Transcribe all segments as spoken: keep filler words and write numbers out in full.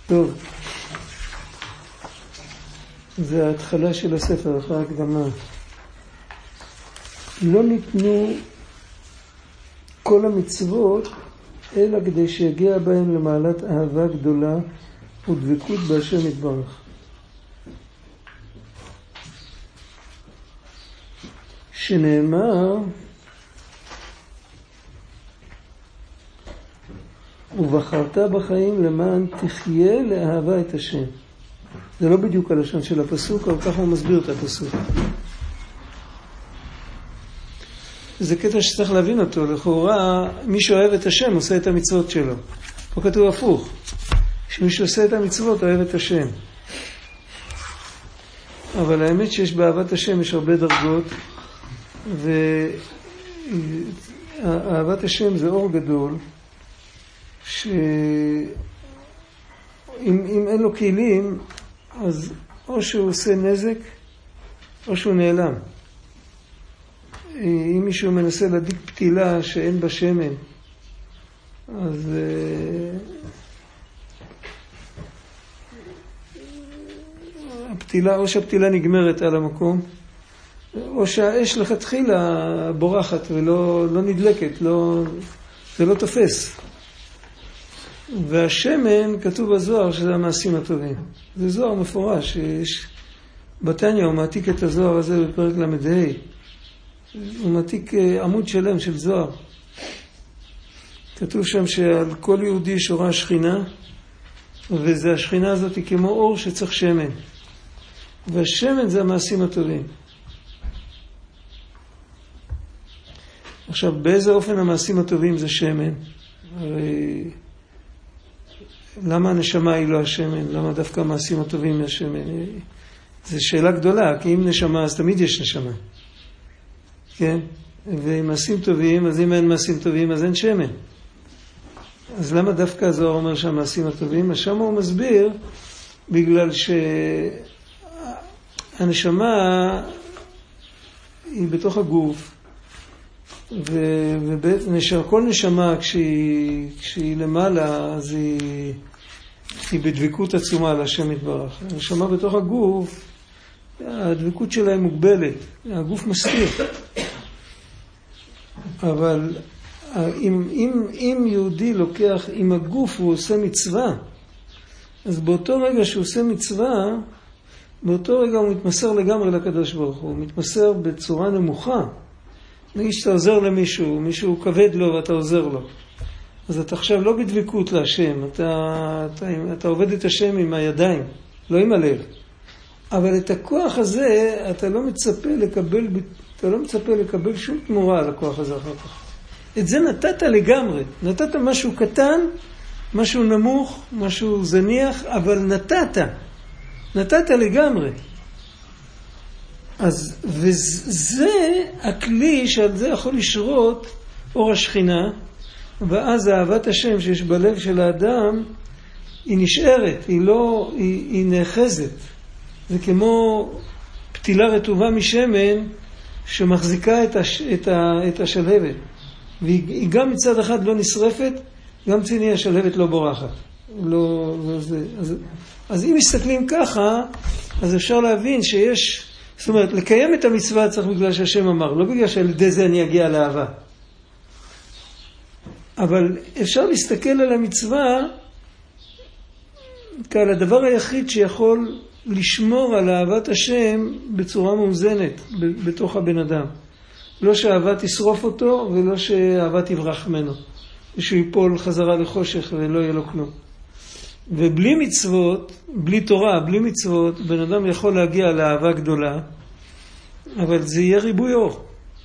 טוב, זה ההתחלה של הספר, אחרי הקדמה. לא ניתנו כל המצוות אלא כדי שיגיע בהם למעלת אהבה גדולה ודבקות בהשם יתברך. שנאמר, ובחרת בחיים למען תחיה לאהבה את השם. זה לא בדיוק הלשון של הפסוק, אבל ככה הוא מסביר את הפסוק. זה קטע שצריך להבין אותו. לכאורה, מי שאוהב את השם עושה את המצוות שלו. פה כתוב הפוך. שמי שעושה את המצוות אוהב את השם. אבל האמת שיש באהבת השם יש הרבה דרגות, ואהבת השם זה אור גדול, שאם אם אין לו כלים, אז או שהוא עושה נזק, או שהוא נעלם. אם מישהו מנסה להדליק פתילה שאין בה שמן, אז הפתילה, או שהפתילה נגמרת על המקום, או שהאש לכתחילה בורחת ולא לא נדלקת, לא, זה לא תופס. והשמן, כתוב בזוהר שזה המעשים הטובים. זה זוהר מפורש, שיש בתניא, הוא מעתיק את הזוהר הזה בפרק למדה. הוא מעתיק עמוד שלם של זוהר. כתוב שם שעל כל יהודי שורה השכינה, וזה השכינה הזאת היא כמו אור שצריך שמן. והשמן זה המעשים הטובים. עכשיו, באיזה אופן המעשים הטובים זה שמן? הרי למה הנשמה היא לא השמן? למה דווקא המעשים הטובים מהשמן? זו שאלה גדולה, כי אם נשמה אז תמיד יש נשמה. כן? ואם מעשים טובים, אז אם אין מעשים טובים אז אין שמן. אז למה דווקא הזוהר אומר שהמעשים הטובים? אז שם הוא מסביר, בגלל שהנשמה היא בתוך הגוף, וכל נשמה כשהיא, כשהיא למעלה, אז היא, היא בדבקות עצומה על השם יתברך. הנשמה בתוך הגוף, הדבקות שלה היא מוגבלת, הגוף מסתיר. אבל אם, אם, אם יהודי לוקח עם הגוף הוא עושה מצווה, אז באותו רגע שהוא עושה מצווה, באותו רגע הוא מתמסר לגמרי לקדוש ברוך הוא, הוא מתמסר בצורה נמוכה. נגיד שאתה עוזר למישהו, מישהו כבד לו ואתה עוזר לו. אז אתה עכשיו לא בדבקות להשם, אתה, אתה, אתה עובד את השם עם הידיים, לא עם הלב. אבל את הכוח הזה אתה לא מצפה לקבל, אתה לא מצפה לקבל שום תמורה על הכוח הזה אחר כך. את זה נתת לגמרי, נתת משהו קטן, משהו נמוך, משהו זניח, אבל נתת, נתת לגמרי. אז, וזה הכלי שעל זה יכול לשרות אור השכינה, ואז אהבת השם שיש בלב של האדם, היא נשארת, היא לא, היא, היא נאחזת. זה כמו פתילה רטובה משמן שמחזיקה את, הש, את, ה, את השלהבת. והיא גם מצד אחד לא נשרפת, גם ציני השלהבת לא בורחת. לא, זה, אז, אז אם מסתכלים ככה, אז אפשר להבין שיש, זאת אומרת, לקיים את המצווה צריך בגלל שהשם אמר, לא בגלל שעל ידי זה אני אגיע לאהבה. אבל אפשר להסתכל על המצווה כעל הדבר היחיד שיכול לשמור על אהבת השם בצורה מאוזנת בתוך הבן אדם. לא שהאהבה תשרוף אותו ולא שהאהבה תברח ממנו. שהוא ייפול חזרה לחושך ולא יהיה לו כלום. ובלי מצוות, בלי תורה, בלי מצוות, בן אדם יכול להגיע לאהבה גדולה, אבל זה יהיה ריבוי אור.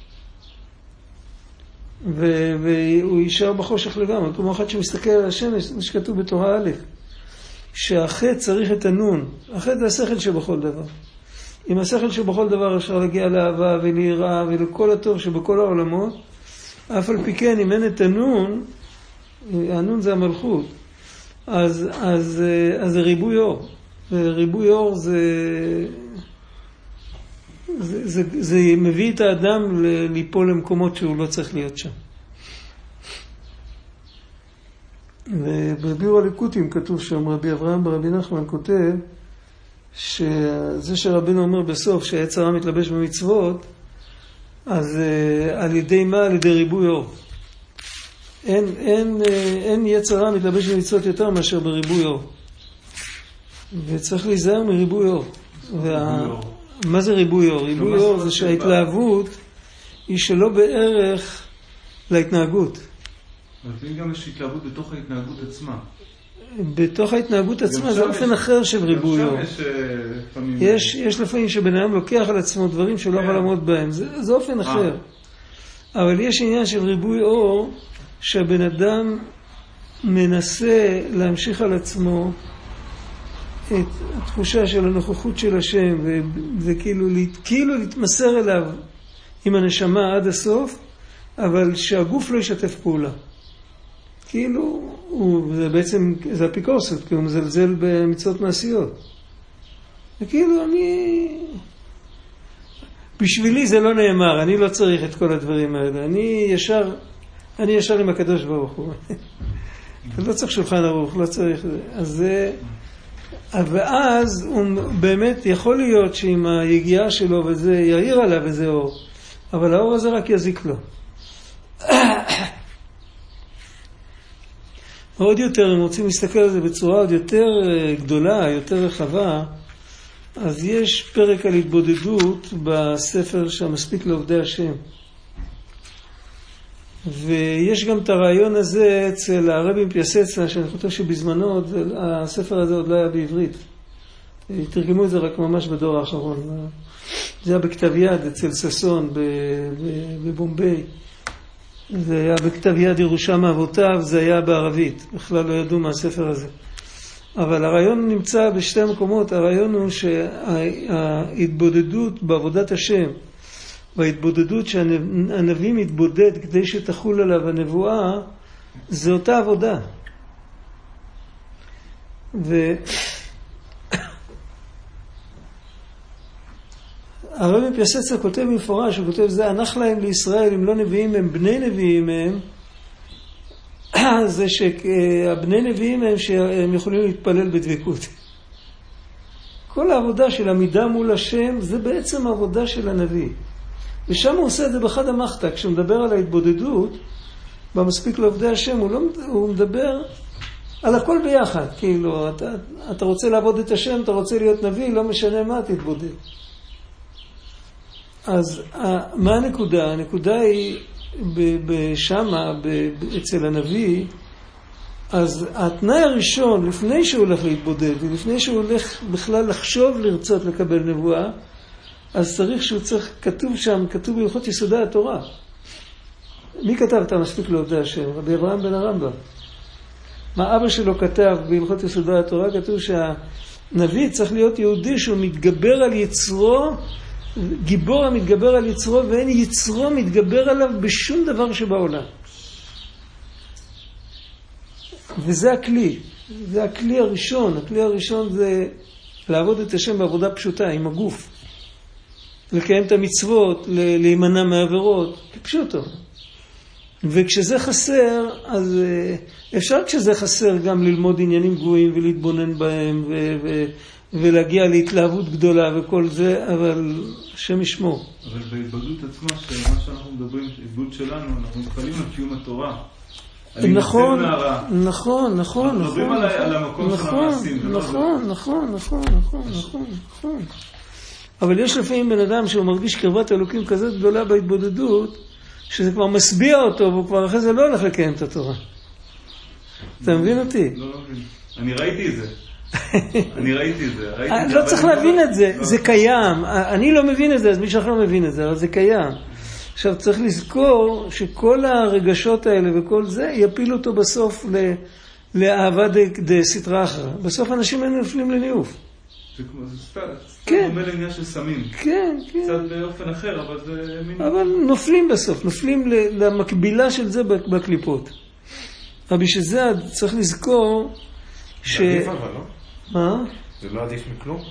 ו- והוא יישאר בחושך לגמרי. כמו אחד שמסתכל על השמש, מה שכתוב בתורה א', שהחטא צריך את הנון. החטא זה השכל שבכל דבר. עם השכל שבכל דבר אפשר להגיע לאהבה וליראה ולכל הטוב שבכל העולמות, אף על פי כן, אם אין את הנון, הנון זה המלכות, אז, אז, אז זה ריבוי אור. וריבוי אור זה, זה, זה, זה מביא את האדם ליפול למקומות שהוא לא צריך להיות שם. ובביאור הליקוטים כתוב שם, רבי אברהם ברבי נחמן כותב, שזה שרבינו אומר בסוף שהיצר הרע מתלבש במצוות, אז על ידי מה? על ידי ריבוי אור. אין, אין, אין יצר הרע מתלבש במצוות יותר מאשר בריבוי אור. וצריך להיזהר מריבוי אור. וה... מה זה ריבוי אור? ריבוי אור זה שההתלהבות היא שלא בערך להתנהגות. לפעמים גם יש התלהבות בתוך ההתנהגות עצמה. בתוך ההתנהגות עצמה זה אופן אחר של ריבוי אור. יש, יש לפעמים שבן אדם לוקח על עצמו דברים שלא יכול לעמוד בהם. זה, זה אופן אחר. אבל יש עניין של ריבוי אור שהבן אדם מנסה להמשיך על עצמו את התחושה של הנוכחות של השם, וכאילו כאילו להתמסר אליו עם הנשמה עד הסוף, אבל שהגוף לא ישתף פעולה. כאילו, הוא, זה בעצם, זה אפיקורסות, כי הוא מזלזל במצוות מעשיות. וכאילו, אני... בשבילי זה לא נאמר, אני לא צריך את כל הדברים האלה. אני ישר, אני ישר עם הקדוש ברוך הוא. לא צריך שולחן ערוך, לא צריך... אז זה... ואז הוא באמת יכול להיות שעם היגיעה שלו וזה יאיר עליו איזה אור, אבל האור הזה רק יזיק לו. עוד יותר, אם רוצים להסתכל על זה בצורה עוד יותר גדולה, יותר רחבה, אז יש פרק על התבודדות בספר שהמספיק לעובדי השם. ויש גם את הרעיון הזה אצל הרבי מפיאסצנה, שאני חושב שבזמנו הספר הזה עוד לא היה בעברית. תרגמו את זה רק ממש בדור האחרון. זה היה בכתב יד אצל ססון בבומביי. זה היה בכתב יד ירושה מאבותיו, זה היה בערבית. בכלל לא ידעו מהספר הזה. אבל הרעיון נמצא בשתי מקומות. הרעיון הוא שההתבודדות בעבודת השם, וההתבודדות שהנביא מתבודד כדי שתחול עליו הנבואה, זה אותה עבודה. ו... הרבי מפיאסצנה כותב במפורש, הוא כותב, זה הנח להם לישראל, אם לא נביאים הם בני נביאים הם, זה שהבני נביאים הם שהם יכולים להתפלל בדבקות. כל העבודה של עמידה מול השם, זה בעצם העבודה של הנביא. ושם הוא עושה את זה בחד המחתה, כשהוא מדבר על ההתבודדות, במספיק לעובדי השם, הוא, לא, הוא מדבר על הכל ביחד. כאילו, אתה, אתה רוצה לעבוד את השם, אתה רוצה להיות נביא, לא משנה מה, תתבודד. אז מה הנקודה? הנקודה היא בשמה, אצל הנביא, אז התנאי הראשון, לפני שהוא הולך להתבודד, ולפני שהוא הולך בכלל לחשוב לרצות לקבל נבואה, אז צריך שהוא צריך, כתוב שם, כתוב בהלכות יסודי התורה. מי כתב את המספיק לעובדי השם? רבי אברהם בן הרמב"ם. מה אבא שלו כתב בהלכות יסודי התורה? כתוב שהנביא צריך להיות יהודי שהוא מתגבר על יצרו, גיבור המתגבר על יצרו, ואין יצרו מתגבר עליו בשום דבר שבעולם. וזה הכלי. זה הכלי הראשון. הכלי הראשון זה לעבוד את השם בעבודה פשוטה, עם הגוף. לקיים את המצוות, להימנע מעבירות, פשוטו. וכשזה חסר, אז אפשר כשזה חסר גם ללמוד עניינים גבוהים ולהתבונן בהם ו- ו- ולהגיע להתלהבות גדולה וכל זה, אבל השם ישמור. אבל בהתבודדות עצמה, שמה שאנחנו מדברים, התבודדות שלנו, אנחנו מתפעלים על קיום התורה. נכון, נכון, נכון. אנחנו מדברים על המקום של המעשים. נכון, נכון, נכון, נכון, נכון, נכון. אבל יש לפעמים בן אדם שהוא מרגיש קרבת אלוקים כזאת גדולה בהתבודדות, שזה כבר מסביע אותו, והוא כבר אחרי זה לא הולך לקיים את התורה. אתה מבין אותי? לא, לא מבין. אני ראיתי את זה. אני ראיתי את זה. לא צריך להבין את זה, זה קיים. אני לא מבין את זה, אז מי שאנחנו לא מבין את זה, אבל זה קיים. עכשיו צריך לזכור שכל הרגשות האלה וכל זה יפילו אותו בסוף לאהבה דסתרא אחרא. בסוף אנשים הם נופלים לניאוף. זה כמו, זה סתם, דומה לעניין של סמים. כן, כן. קצת באופן אחר, אבל זה מין... אבל נופלים בסוף, נופלים למקבילה של זה בקליפות. אבל בשביל זה צריך לזכור ש... זה עדיף אבל, לא? מה? זה לא עדיף מכלום?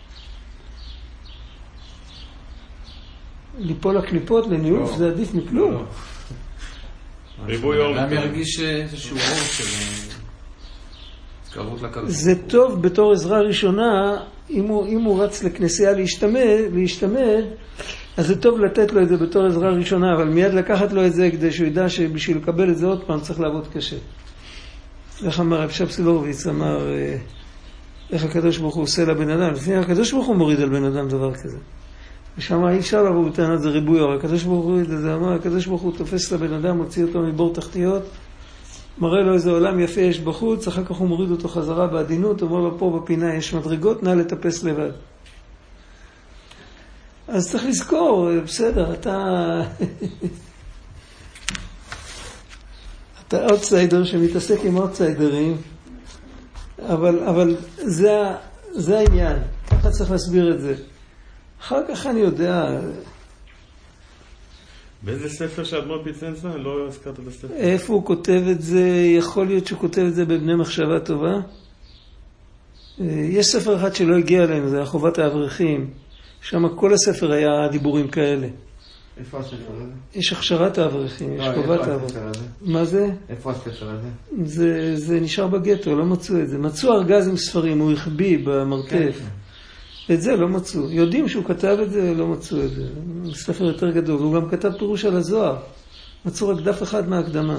ליפול לקליפות, לניאוף, זה עדיף מכלום. ריבוי אור. למה ירגיש איזשהו אור של... התקרבות לקדוש. זה טוב בתור עזרה ראשונה, אם הוא, אם הוא רץ לכנסייה להשתמד, להשתמד, אז זה טוב לתת לו את זה בתור עזרה ראשונה, אבל מיד לקחת לו את זה כדי שהוא ידע שבשביל לקבל את זה עוד פעם צריך לעבוד קשה. איך אמר רב שבסי הורוביץ, אמר, איך הקדוש ברוך הוא עושה לבן אדם, לפני הקדוש ברוך הוא מוריד על בן אדם דבר כזה. ושם אי אפשר לבוא בטענת זה ריבוי אור, הקדוש ברוך הוא מוריד את זה, אמר, הקדוש ברוך הוא תופס לבן אדם, מוציא אותו מבור תחתיות, מראה לו איזה עולם יפה יש בחוץ, אחר כך הוא מוריד אותו חזרה בעדינות, אומר לו פה בפינה יש מדרגות, נא לטפס לבד. אז צריך לזכור, בסדר, אתה... אתה אוטסיידר שמתעסק עם אוטסיידרים, אבל, אבל זה, זה העניין, ככה צריך להסביר את זה. אחר כך אני יודע... באיזה ספר שאדמו"ר פיצנצה? לא הזכרת את הספר. איפה הוא כותב את זה? יכול להיות שהוא כותב את זה בבני מחשבה טובה. יש ספר אחד שלא הגיע אלינו, זה חובת האברכים. שם כל הספר היה דיבורים כאלה. איפה הספר הזה? יש הכשרת האברכים, יש חובת האברכים. מה זה? איפה הספר הזה? זה, זה נשאר בגטו, לא מצאו את זה. מצאו ארגז עם ספרים, הוא החביא במרתף. את זה לא מצאו. יודעים שהוא כתב את זה, לא מצאו את זה. ספר יותר גדול. הוא גם כתב פירוש על הזוהר. מצאו רק דף אחד מההקדמה.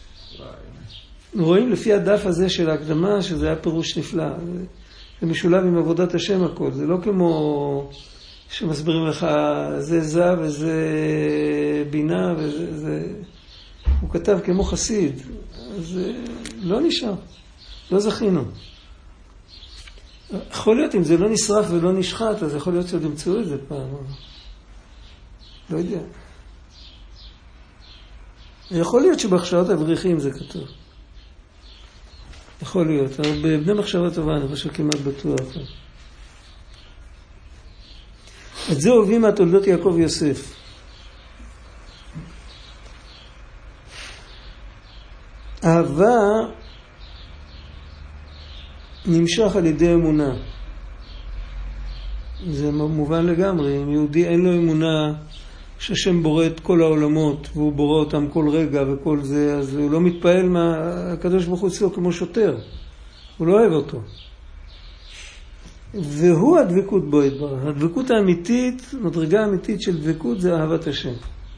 רואים לפי הדף הזה של ההקדמה שזה היה פירוש נפלא. זה משולב עם עבודת השם הכל. זה לא כמו שמסבירים לך זה זה וזה בינה וזה זה... הוא כתב כמו חסיד. אז לא נשאר. לא זכינו. יכול להיות אם זה לא נשרף ולא נשחט, אז יכול להיות שעוד ימצאו את זה פעם. לא יודע. יכול להיות שבהכשרת אברכים זה כתוב. יכול להיות. אבל בבני מחשבה טובה אני חושב כמעט בטוח. את זה הוביא מהתולדות יעקב יוסף. אהבה נמשך על ידי אמונה. זה מובן לגמרי. אם יהודי אין לו אמונה שהשם בורא את כל העולמות והוא בורא אותם כל רגע וכל זה, אז הוא לא מתפעל מהקדוש ברוך הוא אצלו כמו שוטר. הוא לא אוהב אותו. והוא הדבקות בו יתברך. הדבקות האמיתית, מדרגה האמיתית של דבקות זה אהבת השם.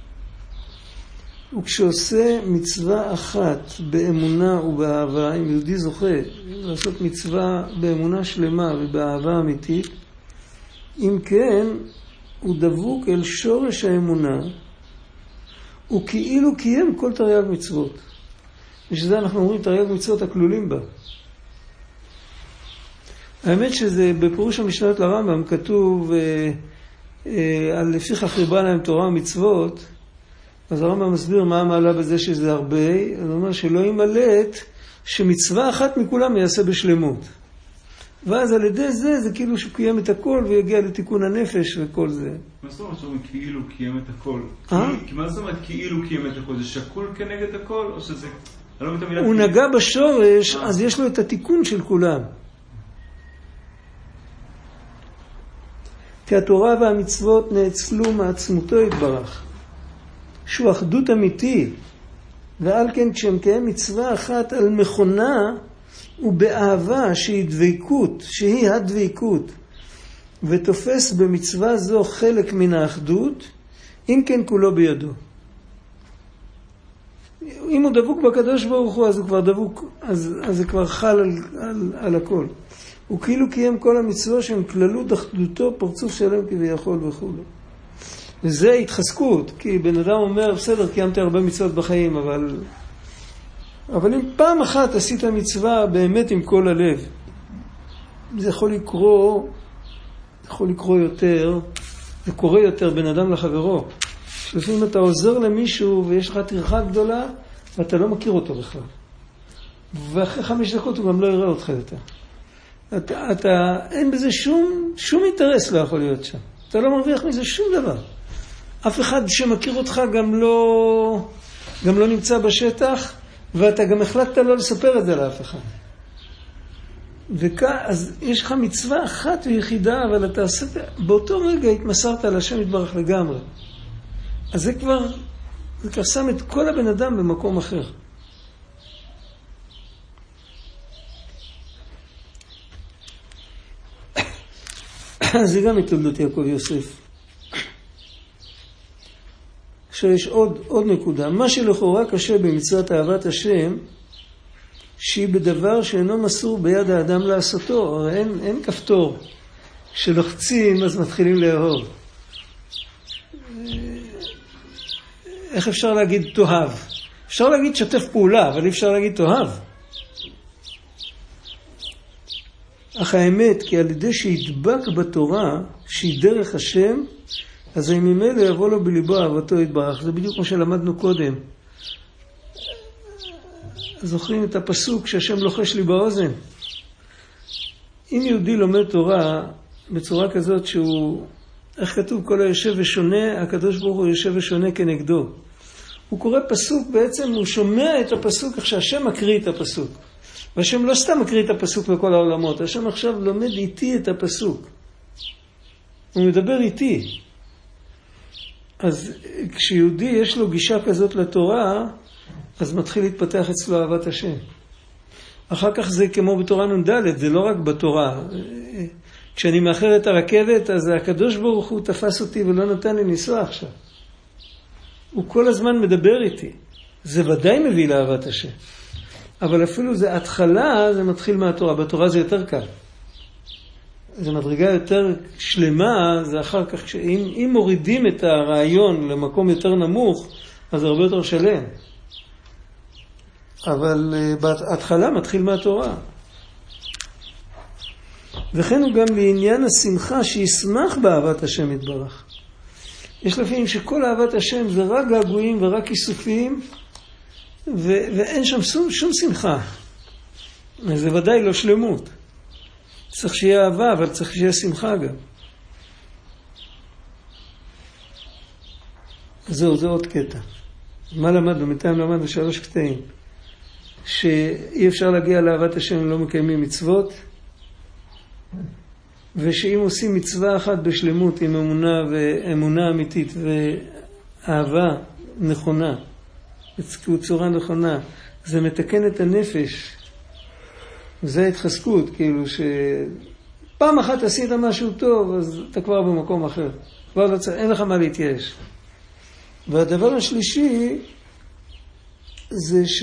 וכשעושה מצווה אחת באמונה ובאהבה, אם יהודי זוכה לעשות מצווה באמונה שלמה ובאהבה אמיתית, אם כן, הוא דבוק אל שורש האמונה, וכאילו קיים כל תרי"ג מצוות. ושזה אנחנו אומרים תרי"ג מצוות הכלולים בה. האמת שזה בפירוש המשניות לרמב"ם כתוב אה, אה, על לפיכך חיבה להם תורה ומצוות, אז הרמב"ם מסביר מה המעלה בזה שזה הרבה, הוא אומר שלא ימלט שמצווה אחת מכולם יעשה בשלמות. ואז על ידי זה, זה כאילו שהוא קיים את הכל ויגיע לתיקון הנפש וכל זה. מה זאת אומרת שאומרים כאילו קיים את הכל? אה? מה זאת אומרת כאילו קיים את הכל? זה שקול כנגד הכל או שזה... הוא נגע בשורש, אז יש לו את התיקון של כולם. כי התורה והמצוות נאצלו מעצמותו יתברך. שהוא אחדות אמיתי, ועל כן כשמקיים מצווה אחת על מכונה ובאהבה שהיא דבקות, שהיא הדבקות, ותופס במצווה זו חלק מן האחדות, אם כן כולו בידו. אם הוא דבוק בקדוש ברוך הוא, אז הוא כבר דבוק, אז, אז זה כבר חל על, על, על הכל. הוא כאילו קיים כל המצווה שהם כללות אחדותו, פרצוף שלם כביכול וכו'. וזה התחזקות, כי בן אדם אומר, בסדר, קיימתי הרבה מצוות בחיים, אבל, אבל אם פעם אחת עשית מצווה באמת עם כל הלב, זה יכול לקרוא, יכול לקרוא יותר, זה קורה יותר בין אדם לחברו. לפעמים אתה עוזר למישהו ויש לך טרחה גדולה, ואתה לא מכיר אותו בכלל. ואחרי חמש דקות הוא גם לא יראה אותך יותר. אתה, אתה, אין בזה שום, שום אינטרס לא יכול להיות שם. אתה לא מרוויח מזה שום דבר. אף אחד שמכיר אותך גם לא, גם לא נמצא בשטח, ואתה גם החלטת לא לספר את זה לאף אחד. וכאן, אז יש לך מצווה אחת ויחידה, אבל אתה עושה, באותו רגע התמסרת על השם יתברך לגמרי. אז זה כבר, זה כבר שם את כל הבן אדם במקום אחר. זה גם מתולדות יעקב יוסף. עכשיו יש עוד, עוד נקודה. מה שלכאורה קשה במצוות אהבת השם, שהיא בדבר שאינו מסור ביד האדם לעשותו. הרי אין, אין כפתור. כשלוחצים אז מתחילים לאהוב. איך אפשר להגיד תאהב? אפשר להגיד שתף פעולה, אבל אי אפשר להגיד תאהב. אך האמת, כי על ידי שידבק בתורה, שהיא דרך השם, אז אם ממילא יבוא לו בליבו אהבתו יתברך. זה בדיוק כמו שלמדנו קודם. זוכרים את הפסוק שהשם לוחש לי באוזן. אם יהודי לומד תורה בצורה כזאת שהוא, איך כתוב, כל היושב ושונה, הקדוש ברוך הוא יושב ושונה כנגדו. הוא קורא פסוק, בעצם הוא שומע את הפסוק איך שהשם מקריא את הפסוק. והשם לא סתם מקריא את הפסוק בכל העולמות, השם עכשיו לומד איתי את הפסוק. הוא מדבר איתי. אז כשיהודי יש לו גישה כזאת לתורה, אז מתחיל להתפתח אצלו אהבת השם. אחר כך זה כמו בתורה נ"ד, זה לא רק בתורה. כשאני מאחר את הרכבת, אז הקדוש ברוך הוא תפס אותי ולא נתן לי לנסוע עכשיו. הוא כל הזמן מדבר איתי. זה ודאי מביא לאהבת השם. אבל אפילו זה התחלה, זה מתחיל מהתורה. בתורה זה יותר קל. זה מדרגה יותר שלמה, זה אחר כך, שאם, אם מורידים את הרעיון למקום יותר נמוך, אז זה הרבה יותר שלם. אבל uh, בהתחלה מתחיל מהתורה. וכן הוא גם לעניין השמחה שישמח באהבת השם יתברך. יש לפעמים שכל אהבת השם זה רק געגועים ורק כיסופים, ו- ואין שם שום, שום שמחה. זה ודאי לא שלמות. צריך שיהיה אהבה, אבל צריך שיהיה שמחה גם. זהו, זה עוד קטע. מה למדנו? מטעם למדנו שלוש קטעים. שאי אפשר להגיע לאהבת השם אם לא מקיימים מצוות, ושאם עושים מצווה אחת בשלמות עם אמונה ואמונה אמיתית ואהבה נכונה, בצורה נכונה, זה מתקן את הנפש. זה ההתחזקות, כאילו שפעם אחת עשית משהו טוב, אז אתה כבר במקום אחר. כבר לא צריך, אין לך מה להתייאש. והדבר השלישי זה ש...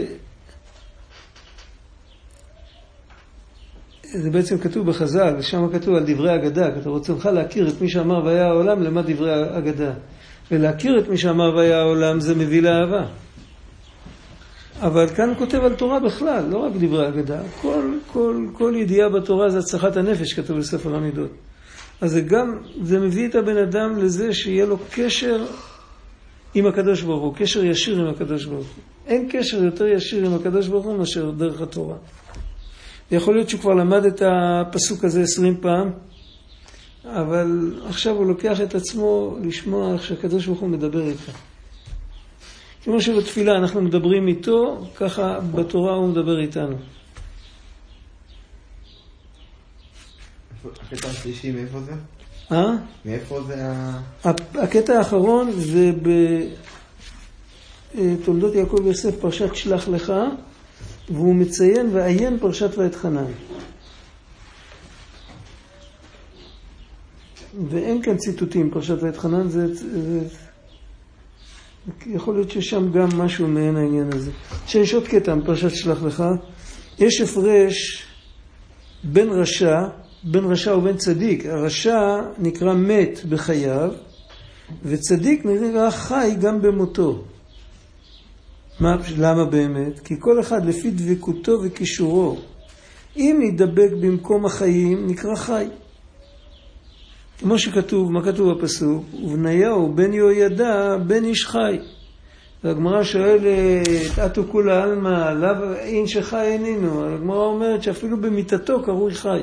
זה בעצם כתוב בחז"ל, שם כתוב על דברי אגדה, כי אתה רוצה לך להכיר את מי שאמר והיה העולם, למה דברי אגדה. ולהכיר את מי שאמר והיה העולם זה מביא לאהבה. אבל כאן כותב על תורה בכלל, לא רק דברי אגדה. כל, כל, כל ידיעה בתורה זה הצלחת הנפש, כתוב בספר המידות. אז זה גם, זה מביא את הבן אדם לזה שיהיה לו קשר עם הקדוש ברוך הוא, קשר ישיר עם הקדוש ברוך הוא. אין קשר יותר ישיר עם הקדוש ברוך הוא מאשר דרך התורה. יכול להיות שהוא כבר למד את הפסוק הזה עשרים פעם, אבל עכשיו הוא לוקח את עצמו לשמוע איך שהקדוש ברוך הוא מדבר איתו. כמו שבתפילה אנחנו מדברים איתו, ככה בתורה הוא מדבר איתנו. הקטע השלישי, מאיפה זה? אה? מאיפה זה ה... הקטע האחרון זה בתולדות יעקב יוסף, פרשת שלח לך, והוא מציין ועיין פרשת ואתחנן. ואין כאן ציטוטים, פרשת ואתחנן זה, זה... יכול להיות ששם גם משהו מעין העניין הזה. שיש עוד קטע פרשת שלח לך. יש הפרש בין רשע, בין רשע ובין צדיק. הרשע נקרא מת בחייו, וצדיק נקרא חי גם במותו. מה, למה באמת? כי כל אחד לפי דבקותו וקישורו, אם ידבק במקום החיים, נקרא חי. כמו שכתוב, מה כתוב בפסוק? ובניהו בן יהוידע בן איש חי. והגמרא שואלת, אתו כולה אלמה, לאו אין שחי איננו. הגמרא אומרת שאפילו במיטתו קרוי חי.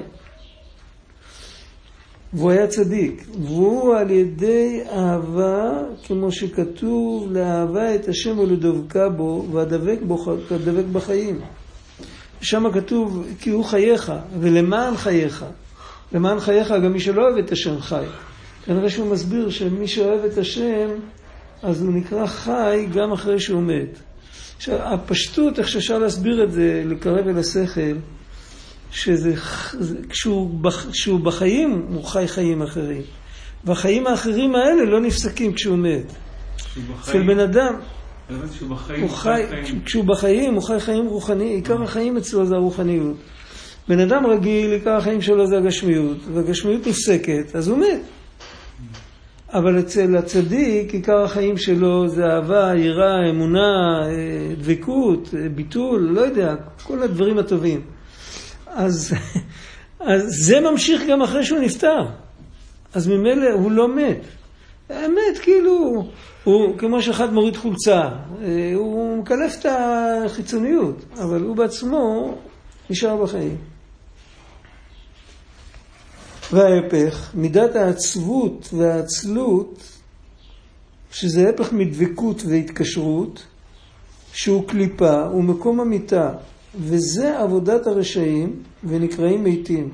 והוא היה צדיק. והוא על ידי אהבה, כמו שכתוב, לאהבה את השם ולדבקה בו, והדבק בו, כדבק בחיים. שם כתוב, כי הוא חייך, ולמען חייך. למען חייך, גם מי שלא אוהב את השם חי. כנראה שהוא מסביר שמי שאוהב את השם, אז הוא נקרא חי גם אחרי שהוא מת. עכשיו, הפשטות, איך שאפשר להסביר את זה, לקרב אל השכל, שזה, כשהוא, כשהוא בחיים, הוא חי חיים אחרים. והחיים האחרים האלה לא נפסקים כשהוא מת. אצל בן אדם, הוא חי, כשהוא בחיים, הוא חי חיים רוחניים, עיקר החיים אצלו זה הרוחניות. בן אדם רגיל, עיקר החיים שלו זה הגשמיות, והגשמיות נפסקת, אז הוא מת. אבל אצל הצדיק, עיקר החיים שלו זה אהבה, יראה, אמונה, דבקות, ביטול, לא יודע, כל הדברים הטובים. אז, אז זה ממשיך גם אחרי שהוא נפטר. אז ממילא הוא לא מת. האמת, כאילו, הוא כמו שאחד מוריד חולצה, הוא מקלף את החיצוניות, אבל הוא בעצמו נשאר בחיים. וההפך, מידת העצבות והעצלות, שזה הפך מדבקות והתקשרות, שהוא קליפה, הוא מקום המיטה, וזה עבודת הרשעים ונקראים מתים.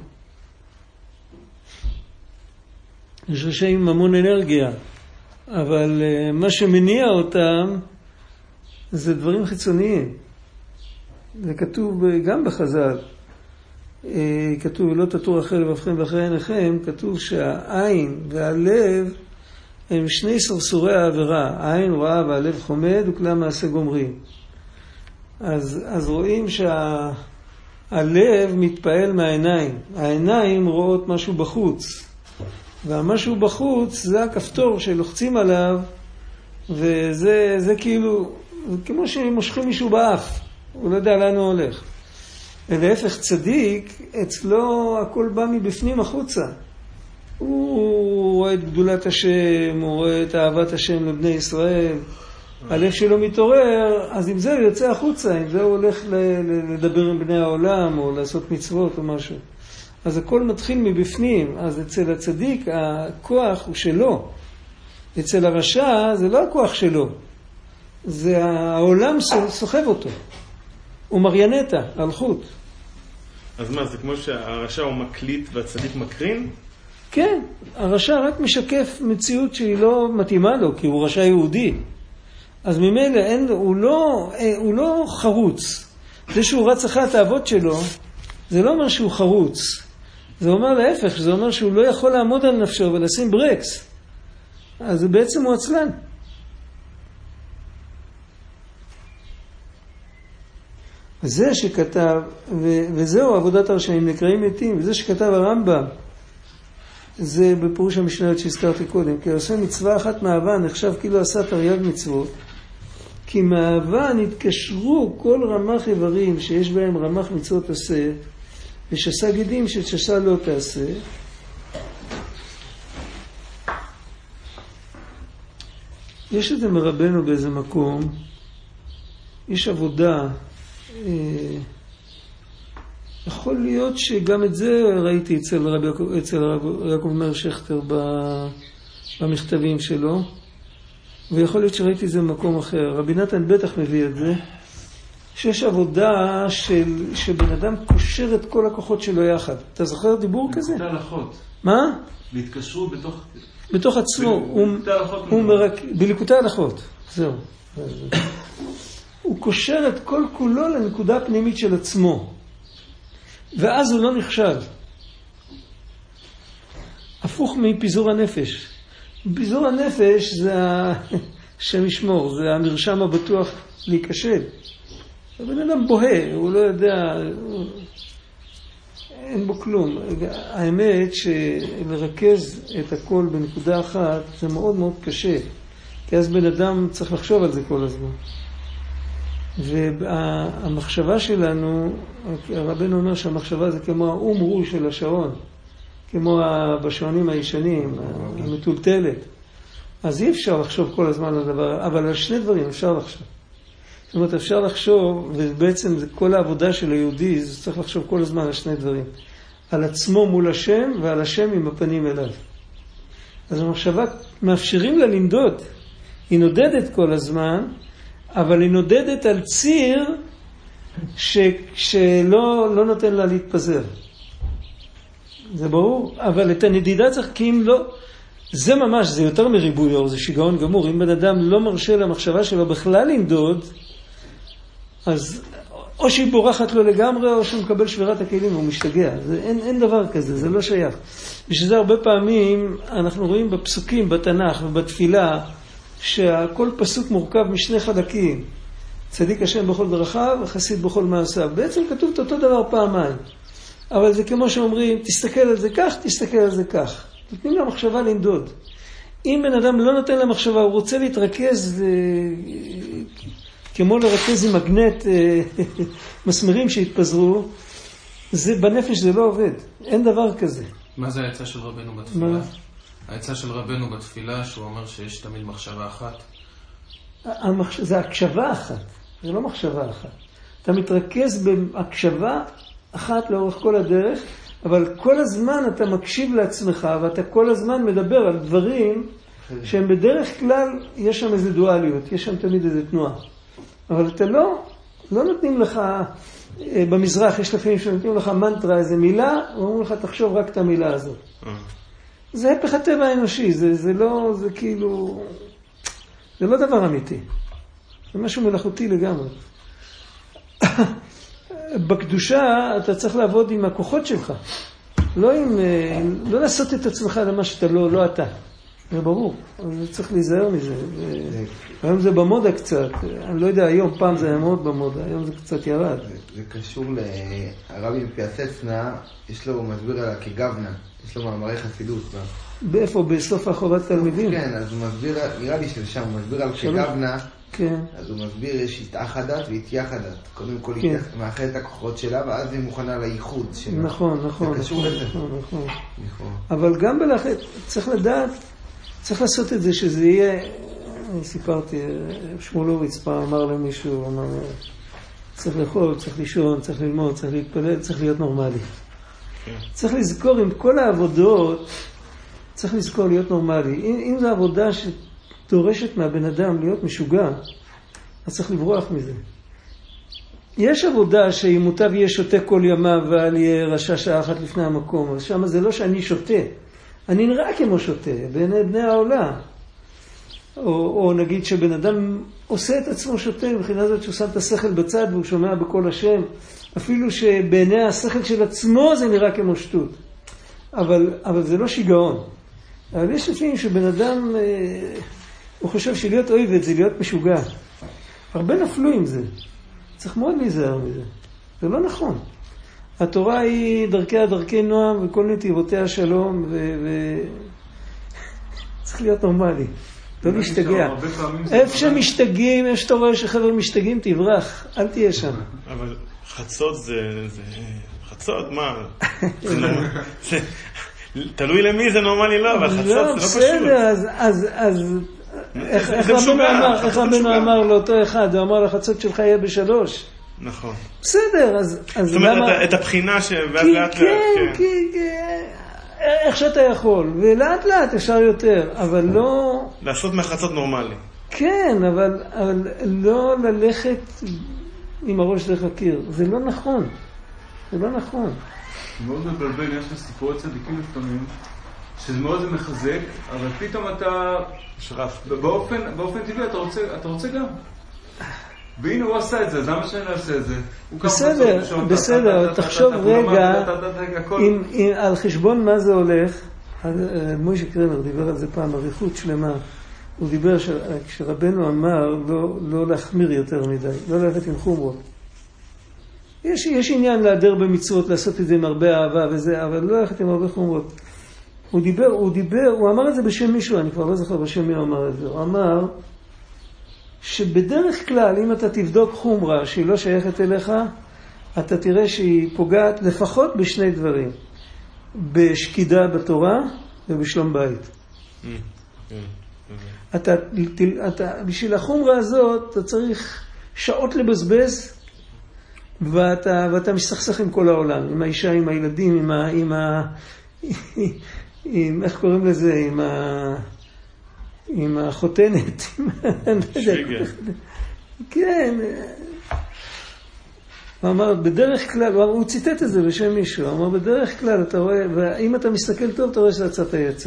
יש רשעים עם המון אנרגיה, אבל uh, מה שמניע אותם זה דברים חיצוניים. זה כתוב גם בחז"ל. Uh, כתוב, לא תטור אחרי לבבכם ואחרי עיניכם, כתוב שהעין והלב הם שני סרסורי העבירה. העין רואה והלב חומד וכלל מעשה גומרים. אז, אז רואים שהלב מתפעל מהעיניים. העיניים רואות משהו בחוץ. והמשהו בחוץ זה הכפתור שלוחצים עליו, וזה זה כאילו, כמו שמושכים מישהו באף, הוא לא יודע לאן הוא הולך. ולהפך צדיק, אצלו הכל בא מבפנים החוצה. הוא רואה את גדולת השם, הוא רואה את אהבת השם לבני ישראל. הלב שלו מתעורר, אז עם זה הוא יוצא החוצה, עם זה הוא הולך לדבר עם בני העולם, או לעשות מצוות או משהו. אז הכל מתחיל מבפנים. אז אצל הצדיק הכוח הוא שלו. אצל הרשע זה לא הכוח שלו. זה העולם סוחב אותו. הוא מריונטה, הלכות. אז מה, זה כמו שהרשע הוא מקליט והצדיק מקרין? כן, הרשע רק משקף מציאות שהיא לא מתאימה לו, כי הוא רשע יהודי. אז ממילא אין, הוא, לא, הוא לא חרוץ. זה שהוא רץ אחרי התאוות שלו, זה לא אומר שהוא חרוץ. זה אומר להפך, זה אומר שהוא לא יכול לעמוד על נפשו ולשים ברקס. אז בעצם הוא עצלן. וזה שכתב, ו- וזהו עבודת הרשעים נקראים מתים, וזה שכתב הרמב"ם, זה בפירוש המשניות שהזכרתי קודם, כי עושה מצווה אחת מאהבה נחשב כאילו עשה תרי"ג מצוות, כי מאהבה נתקשרו כל רמ"ח איברים שיש בהם רמ"ח מצוות עשה, ושסה גידים ששסה לא תעשה. יש את זה מרבנו באיזה מקום, יש עבודה, יכול להיות שגם את זה ראיתי אצל רב יעקב, אצל רב יעקב מאיר שכטר במכתבים שלו, ויכול להיות שראיתי את זה במקום אחר. רבי נתן בטח מביא את זה, שיש עבודה של, שבן אדם קושר את כל הכוחות שלו יחד. אתה זוכר דיבור כזה? בליקוטי הלכות. מה? להתקשרו בתוך... בתוך עצמו. בליקוטי הלכות. הוא מרק... בליקוטי הלכות. זהו. הוא קושר את כל כולו לנקודה הפנימית של עצמו. ואז הוא לא נחשב. הפוך מפיזור הנפש. פיזור הנפש זה השם ישמור, זה המרשם הבטוח להיכשל. הבן אדם בוהה, הוא לא יודע, אין בו כלום. האמת שלרכז את הכל בנקודה אחת זה מאוד מאוד קשה, כי אז בן אדם צריך לחשוב על זה כל הזמן. והמחשבה שלנו, הרבנו אומר שהמחשבה זה כמו האום רו של השעון, כמו בשעונים הישנים, המטולטלת. אז אי אפשר לחשוב כל הזמן על דבר, אבל על שני דברים אפשר לחשוב. זאת אומרת, אפשר לחשוב, ובעצם זה כל העבודה של היהודי, זה צריך לחשוב כל הזמן על שני דברים. על עצמו מול השם, ועל השם עם הפנים אליו. אז המחשבה מאפשרים לה לנדוד. היא נודדת כל הזמן, אבל היא נודדת על ציר ש, שלא לא נותן לה להתפזר. זה ברור, אבל את הנדידה צריך, כי אם לא, זה ממש, זה יותר מריבוי אור, זה שיגעון גמור. אם בן אדם לא מרשה למחשבה שלו בכלל לנדוד, אז או שהיא בורחת לו לגמרי, או שהוא מקבל שבירת הכלים, הוא משתגע. זה, אין, אין דבר כזה, זה לא שייך. ושזה הרבה פעמים, אנחנו רואים בפסוקים, בתנ"ך ובתפילה, שכל פסוק מורכב משני חלקים. צדיק השם בכל דרכיו, וחסיד בכל מעשיו. בעצם כתוב את אותו דבר פעמיים. אבל זה כמו שאומרים, תסתכל על זה כך, תסתכל על זה כך. נותנים לה מחשבה לנדוד. אם בן אדם לא נותן לה מחשבה, הוא רוצה להתרכז, כמו לרכז עם מגנט מסמרים שהתפזרו, זה בנפש זה לא עובד. אין דבר כזה. מה זה העצה של רבנו בתפילה? מה? העצה של רבנו בתפילה, שהוא אומר שיש תמיד מחשבה אחת. המחש... זה הקשבה אחת, זה לא מחשבה אחת. אתה מתרכז בהקשבה אחת לאורך כל הדרך, אבל כל הזמן אתה מקשיב לעצמך, ואתה כל הזמן מדבר על דברים שהם בדרך כלל, יש שם איזו דואליות, יש שם תמיד איזו תנועה. אבל אתה לא, לא נותנים לך, במזרח יש לפעמים שנותנים לך מנטרה, איזו מילה, ואומרים לך תחשוב רק את המילה הזאת. זה הפך הטבע האנושי, זה, זה לא, זה כאילו, זה לא דבר אמיתי. זה משהו מלאכותי לגמרי. בקדושה אתה צריך לעבוד עם הכוחות שלך. לא עם, לא לעשות את עצמך למה שאתה לא, לא אתה. זה ברור. אבל צריך להיזהר מזה. היום זה במודה קצת. אני לא יודע, היום פעם זה היה מאוד במודה. היום זה קצת ירד. זה קשור לרבי פיאסצנה, יש לו מסביר על כגוונה. יש לו מאמרי חסידות. באיפה? בסוף החובת תלמידים? כן, אז הוא מסביר, נראה לי של שם, הוא מסביר על כגוונה. כן. אז הוא מסביר, יש התאחדת והתייחדת. קודם כל כן. היא מאחדת את הכוחות שלה, ואז היא מוכנה לייחוד שלה. נכון, נכון. זה קשור לזה. נכון, נכון. נכון. אבל גם בלחד, צריך לדעת, צריך לעשות את זה שזה יהיה, אני סיפרתי, שמואלוביץ פעם אמר למישהו, אמר, צריך לאכול, צריך לישון, צריך ללמוד, צריך להתפלל, צריך להיות נורמלי. צריך לזכור עם כל העבודות, צריך לזכור להיות נורמלי. אם, אם זו עבודה שדורשת מהבן אדם להיות משוגע, אז צריך לברוח מזה. יש עבודה שאם מוטב יהיה שותה כל ימה ועל יהיה רשע שעה אחת לפני המקום, אז שם זה לא שאני שותה. אני נראה כמו שותה, בעיני בני העולם. או, או נגיד שבן אדם עושה את עצמו שותה, מבחינה זאת שהוא שם את השכל בצד והוא שומע בכל השם, אפילו שבעיני השכל של עצמו זה נראה כמו שטות. אבל, אבל זה לא שיגעון. אבל יש לפעמים שבן אדם, אה, הוא חושב שלהיות אויבת זה להיות משוגע. הרבה נפלו עם זה. צריך מאוד להיזהר מזה. זה לא נכון. התורה היא דרכיה דרכי נועם וכל נתיבותיה שלום ו... ו... צריך להיות נורמלי. לא להשתגע. איפה שמשתגעים, איפה שאתה רואה שחבר משתגעים, תברח. אל תהיה שם. אבל חצות זה... חצות, מה? תלוי למי זה נורמלי לא, אבל חצות זה לא פשוט. בסדר, אז... איך רבנו אמר לאותו אחד? הוא אמר לחצות שלך יהיה בשלוש. נכון. בסדר, אז... זאת אומרת, את הבחינה ש... ואז לאט לאט, כן. כן, איך שאתה יכול, ולאט לאט אפשר יותר, אבל לא... לעשות מהחצות נורמלי. כן, אבל לא ללכת עם הראש דרך הקיר. זה לא נכון. זה לא נכון. מאוד מבלבל, יש לך סיפורי צדיקים לפעמים, שזה מאוד מחזק, אבל פתאום אתה... שרף. באופן, באופן טבעי אתה רוצה, אתה רוצה גם. והנה הוא עשה את זה, אז למה שאני אעשה את זה? בסדר, בסדר, תחשוב רגע על חשבון מה זה הולך. מוישה קרמר דיבר על זה פעם, אריכות שלמה. הוא דיבר כשרבנו אמר לא להחמיר יותר מדי, לא ללכת עם חומרות. יש, יש עניין להדר במצוות, לעשות את זה עם הרבה אהבה וזה, אבל לא ללכת עם הרבה חומרות. הוא דיבר, הוא דיבר, הוא אמר את זה בשם מישהו, אני כבר לא זוכר בשם מי הוא אמר את זה. הוא אמר שבדרך כלל, אם אתה תבדוק חומרה שהיא לא שייכת אליך, אתה תראה שהיא פוגעת לפחות בשני דברים. בשקידה בתורה ובשלום בית. אתה, אתה, בשביל החומרה הזאת, אתה צריך שעות לבזבז, ואתה, ואתה מסכסך עם כל העולם, עם האישה, עם הילדים, עם ה... עם ה עם, איך קוראים לזה? עם ה... עם החותנת. שגר. כן. הוא אמר, בדרך כלל, הוא ציטט את זה בשם מישהו, הוא אמר, בדרך כלל אתה רואה, ואם אתה מסתכל טוב, אתה רואה שזה הצעת היצר.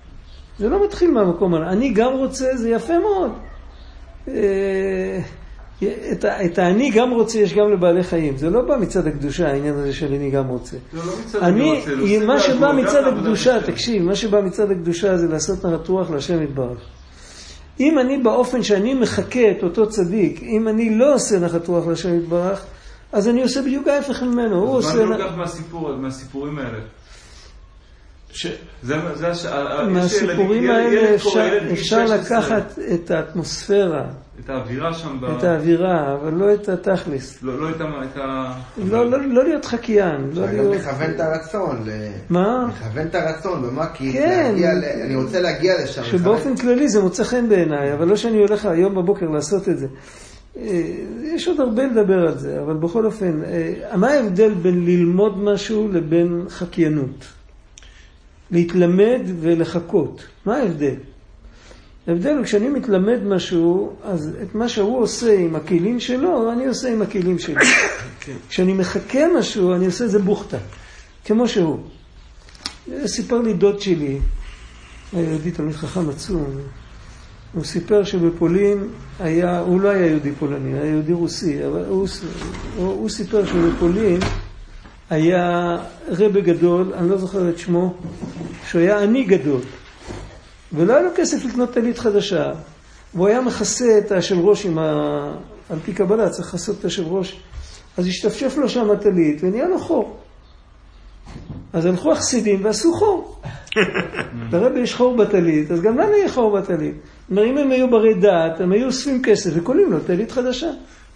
זה לא מתחיל מהמקום הזה. אני גם רוצה, זה יפה מאוד. את, את האני גם רוצה, יש גם לבעלי חיים. זה לא בא מצד הקדושה, העניין הזה של אני גם רוצה. זה לא מצד אני, אני רוצה. מה שבא מצד הקדושה, תקשיב, מה שבא מצד הקדושה זה לעשות נחת רוח להשם יתברך. אם אני באופן שאני מחכה את אותו צדיק, אם אני לא עושה נחת רוח להשם יתברך, אז אני עושה בדיוק ההפך ממנו. הוא עושה... מה לא כך מהסיפור, מהסיפורים האלה? ש... זה, זה הש... מהסיפורים האלה אפשר, אפשר לקחת את האטמוספירה, את האווירה שם, את האווירה, אבל לא את התכלס. לא, לא את ה... לא, לא, לא להיות חקיין. לא להיות... מכוון את הרצון. מה? מכוון את הרצון, במה? כי כן. אני רוצה להגיע לשם. שבאופן כללי זה מוצא חן בעיניי, אבל לא שאני הולך היום בבוקר לעשות את זה. יש עוד הרבה לדבר על זה, אבל בכל אופן, מה ההבדל בין ללמוד משהו לבין חקיינות? להתלמד ולחכות. מה ההבדל? ההבדל הוא כשאני מתלמד משהו, אז את מה שהוא עושה עם הכלים שלו, אני עושה עם הכלים שלי. כשאני מחכה משהו, אני עושה זה בוכתה, כמו שהוא. סיפר לי דוד שלי, היהודי תלמיד חכם עצום, הוא סיפר שבפולין היה, הוא לא היה יהודי פולני, היה יהודי רוסי, אבל הוא, הוא, הוא סיפר שבפולין היה רבא גדול, אני לא זוכר את שמו, שהוא היה עני גדול, ולא היה לו כסף לקנות טלית חדשה, והוא היה מכסה את השל ראש עם ה... על פי קבלה, צריך לכסות את השל ראש, אז השתפשף לו שם הטלית ונהיה לו חור. אז הלכו החסידים ועשו חור. לרבי יש חור בטלית, אז גם לנו יהיה חור בטלית. זאת אומרת, אם הם היו ברי דעת, הם היו אוספים כסף וקולים לו טלית חדשה.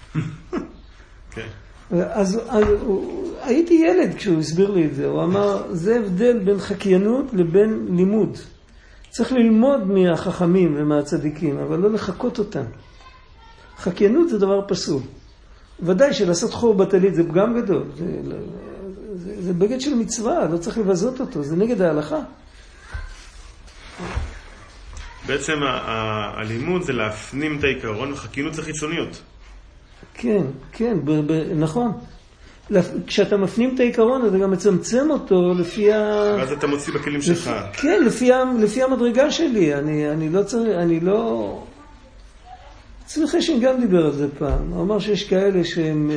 אז, אז הייתי ילד כשהוא הסביר לי את זה. הוא אמר, זה הבדל בין חקיינות לבין לימוד. צריך ללמוד מהחכמים ומהצדיקים, אבל לא לחכות אותם. חקיינות זה דבר פסול. ודאי שלעשות חור בטלית זה פגם גדול. זה, זה, זה בגד של מצווה, לא צריך לבזות אותו, זה נגד ההלכה. בעצם הלימוד זה להפנים את העיקרון, וחקיינות זה חיצוניות. כן, כן, ב- ב- נכון. כשאתה מפנים את העיקרון, אתה גם מצמצם אותו לפי ה... ואז אתה מוציא בכלים שלך. לפ... כן, לפי, ה... לפי המדרגה שלי. אני, אני לא צריך, אני לא... צמיחה שין גם דיבר על זה פעם. הוא אמר שיש כאלה שהם...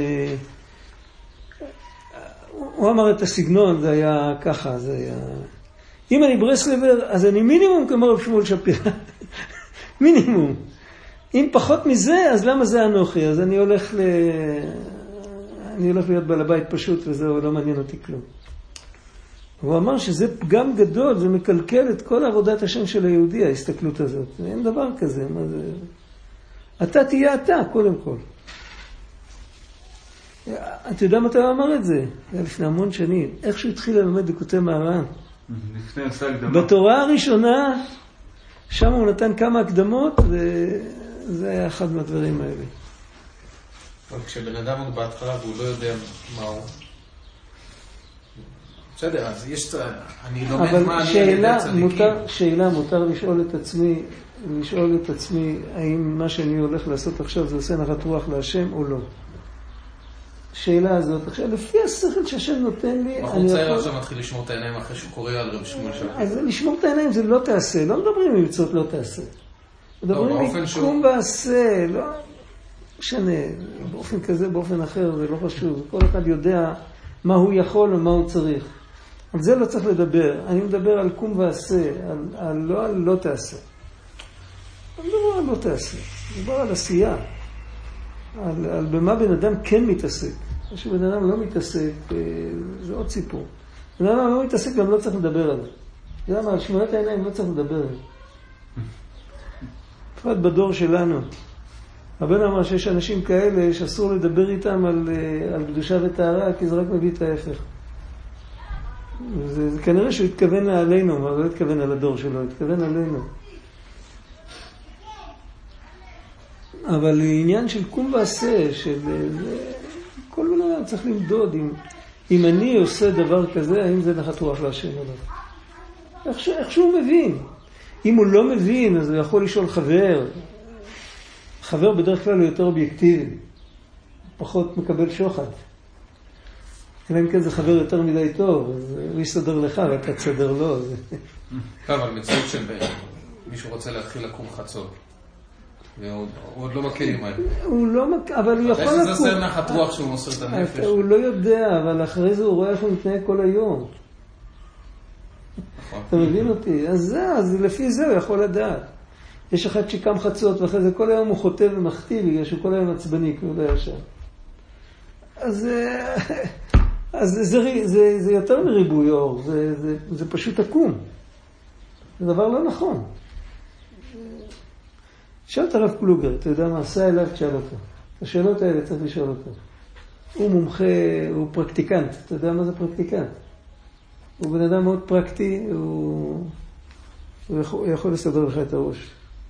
הוא אמר את הסגנון, זה היה ככה, זה היה... אם אני ברסלבר, אז אני מינימום כמו רב שמואל שפירא. מינימום. אם פחות מזה, אז למה זה אנוכי? אז אני הולך ל... אני הולך להיות בעל הבית פשוט, וזהו, לא מעניין אותי כלום. הוא אמר שזה פגם גדול, זה מקלקל את כל עבודת השם של היהודי, ההסתכלות הזאת. אין דבר כזה. מה זה... אתה תהיה אתה, קודם כל. אתה יודע מתי הוא אמר את זה? זה היה לפני המון שנים. איך שהוא התחיל ללמד דקותי מהר"ן. לפני עשה הקדמה. בתורה הראשונה, שם הוא נתן כמה הקדמות, וזה היה אחד מהדברים האלה. אבל כשבן אדם הוא בהתחלה והוא לא יודע מה הוא... בסדר, אז יש... אני לומד מה אני יודע צדיקים. שאלה, מותר לשאול את עצמי, לשאול את עצמי, האם מה שאני הולך לעשות עכשיו זה עושה נחת רוח להשם או לא. שאלה הזאת. עכשיו, לפי השכל שהשם נותן לי... אנחנו צעיר עכשיו מתחיל לשמור את העיניים אחרי שהוא קורא על רב שמואל שפירא. אז לשמור את העיניים זה לא תעשה. לא מדברים עם מצוות לא תעשה. מדברים עם קום ועשה. לא משנה. באופן כזה, באופן אחר, זה לא חשוב. כל אחד יודע מה הוא יכול ומה הוא צריך. על זה לא צריך לדבר. אני מדבר על קום ועשה. על, על לא על לא תעשה. אני מדבר על לא תעשה. אני מדבר על עשייה. על, על במה בן אדם כן מתעסק. מה שבן אדם לא מתעסק, זה עוד סיפור. בן אדם לא מתעסק, גם לא צריך לדבר עליו. אתה יודע מה, על שמונת העיניים לא צריך לדבר עליו. בפרט בדור שלנו. הבן אמר שיש אנשים כאלה שאסור לדבר איתם על, על קדושה וטהרה, כי זה רק מביא את ההפך. זה, זה כנראה שהוא התכוון עלינו, אבל לא התכוון על הדור שלו, התכוון עלינו. אבל עניין של קום ועשה, של כל מיני צריך למדוד, אם, אם אני עושה דבר כזה, האם זה נחת רוח להשם או לא. איך, איך שהוא מבין. אם הוא לא מבין, אז הוא יכול לשאול חבר. חבר בדרך כלל הוא יותר אובייקטיבי, פחות מקבל שוחד. אלא אם כן זה חבר יותר מדי טוב, אז הוא יסדר לך ואתה תסדר לו. טוב, אבל מציאות של מישהו רוצה להתחיל לקום חצות. והוא עוד לא מכיר עם האלה. הוא לא מכיר, אבל הוא יכול לקום. יש לזה נחת רוח שהוא מוסר את הנפש. הוא לא יודע, אבל אחרי זה הוא רואה איך הוא מתנהג כל היום. אתה מבין אותי? אז זה, אז לפי זה הוא יכול לדעת. יש אחד שקם חצות, ואחרי זה כל היום הוא חוטא ומחטיא, בגלל שהוא כל היום עצבני, כי הוא לא ישר. אז, אז זה, זה, זה יותר מריבוי אור, זה, זה, זה פשוט עקום. זה דבר לא נכון. שאל את הרב פלוגר, אתה יודע מה, עשה אליו, תשאל אותו. השאלות האלה צריך לשאול אותו. הוא מומחה, הוא פרקטיקנט, אתה יודע מה זה פרקטיקנט? הוא בן אדם מאוד פרקטי, הוא, הוא יכול, הוא יכול לסדר לך את הראש.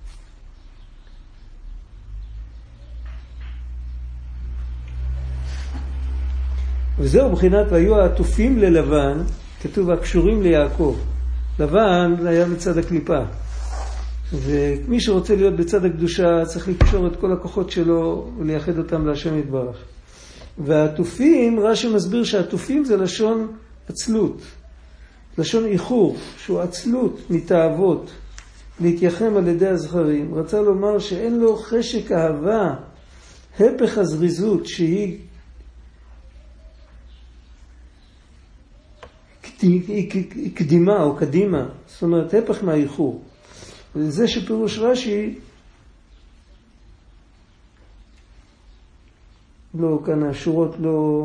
וזהו מבחינת, והיו העטופים ללבן, כתוב הקשורים ליעקב. לבן היה מצד הקליפה. ומי שרוצה להיות בצד הקדושה צריך לקשור את כל הכוחות שלו ולייחד אותם להשם יתברך. והעטופים, רש"י מסביר שהעטופים זה לשון עצלות. לשון איחור, שהוא עצלות מתאוות, להתייחם על ידי הזכרים. רצה לומר שאין לו חשק אהבה, הפך הזריזות שהיא היא קדימה או קדימה, זאת אומרת הפך מהאיחור. וזה שפירוש רש"י, לא, כאן השורות לא,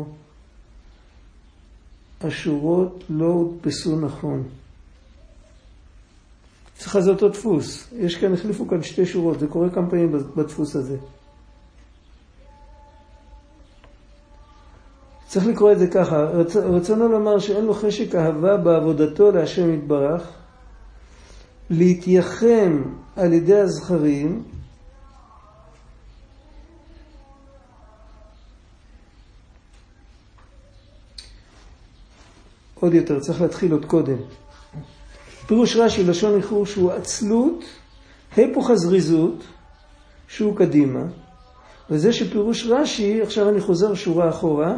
השורות לא הודפסו נכון. צריך זה אותו דפוס. יש כאן, החליפו כאן שתי שורות, זה קורה כמה פעמים בדפוס הזה. צריך לקרוא את זה ככה, רצ... רצונו לומר שאין לו חשק אהבה בעבודתו להשם יתברך, להתייחם על ידי הזכרים, עוד יותר, צריך להתחיל עוד קודם. פירוש רש"י לשון איחור שהוא עצלות, הפוך הזריזות, שהוא קדימה, וזה שפירוש רש"י, עכשיו אני חוזר שורה אחורה,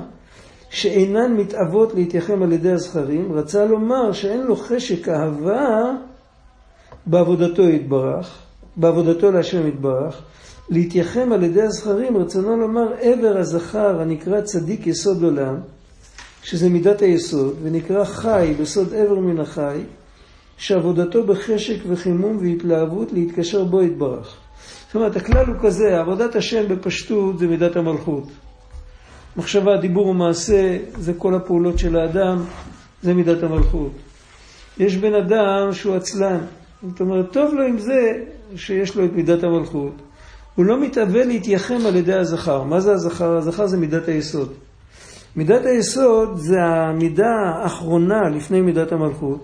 שאינן מתאבות להתייחם על ידי הזכרים, רצה לומר שאין לו חשק אהבה בעבודתו יתברך, בעבודתו להשם יתברך, להתייחם על ידי הזכרים, רצונו לומר עבר הזכר הנקרא צדיק יסוד עולם, שזה מידת היסוד, ונקרא חי בסוד עבר מן החי, שעבודתו בחשק וחימום והתלהבות להתקשר בו יתברך. זאת אומרת, הכלל הוא כזה, עבודת השם בפשטות זה מידת המלכות. מחשבה, דיבור ומעשה, זה כל הפעולות של האדם, זה מידת המלכות. יש בן אדם שהוא עצלן, זאת אומרת, טוב לו עם זה שיש לו את מידת המלכות. הוא לא מתאווה להתייחם על ידי הזכר. מה זה הזכר? הזכר זה מידת היסוד. מידת היסוד זה המידה האחרונה לפני מידת המלכות,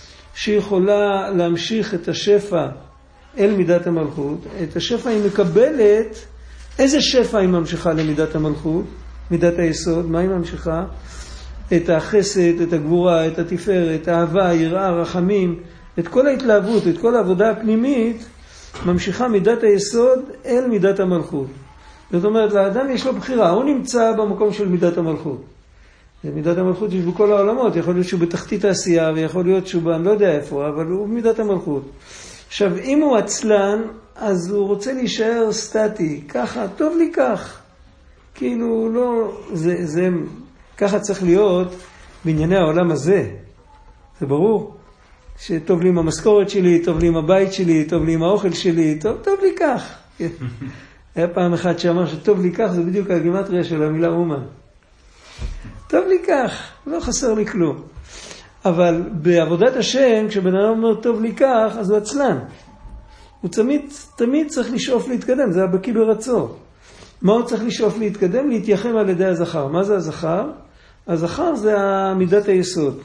שיכולה להמשיך את השפע אל מידת המלכות. את השפע היא מקבלת, איזה שפע היא ממשיכה למידת המלכות? מידת היסוד, מה היא ממשיכה? את החסד, את הגבורה, את התפארת, את האהבה, היראה, רחמים, את כל ההתלהבות, את כל העבודה הפנימית, ממשיכה מידת היסוד אל מידת המלכות. זאת אומרת, לאדם יש לו בחירה, הוא נמצא במקום של מידת המלכות. מידת המלכות יש בכל העולמות, יכול להיות שהוא בתחתית העשייה, ויכול להיות שהוא, אני לא יודע איפה, אבל הוא מידת המלכות. עכשיו, אם הוא עצלן, אז הוא רוצה להישאר סטטי, ככה, טוב לי כך. כאילו, לא, זה, זה, ככה צריך להיות בענייני העולם הזה. זה ברור. שטוב לי עם המשכורת שלי, טוב לי עם הבית שלי, טוב לי עם האוכל שלי, טוב, טוב לי כך. היה פעם אחד שאמר שטוב לי כך, זה בדיוק הגימטריה של המילה אומן. טוב לי כך, לא חסר לי כלום. אבל בעבודת השם, כשבן אדם אומר טוב לי כך, אז הוא עצלן. הוא תמיד, תמיד צריך לשאוף להתקדם, זה הבקיא ברצו. מה הוא צריך לשאוף להתקדם? להתייחם על ידי הזכר. מה זה הזכר? הזכר זה מידת היסוד.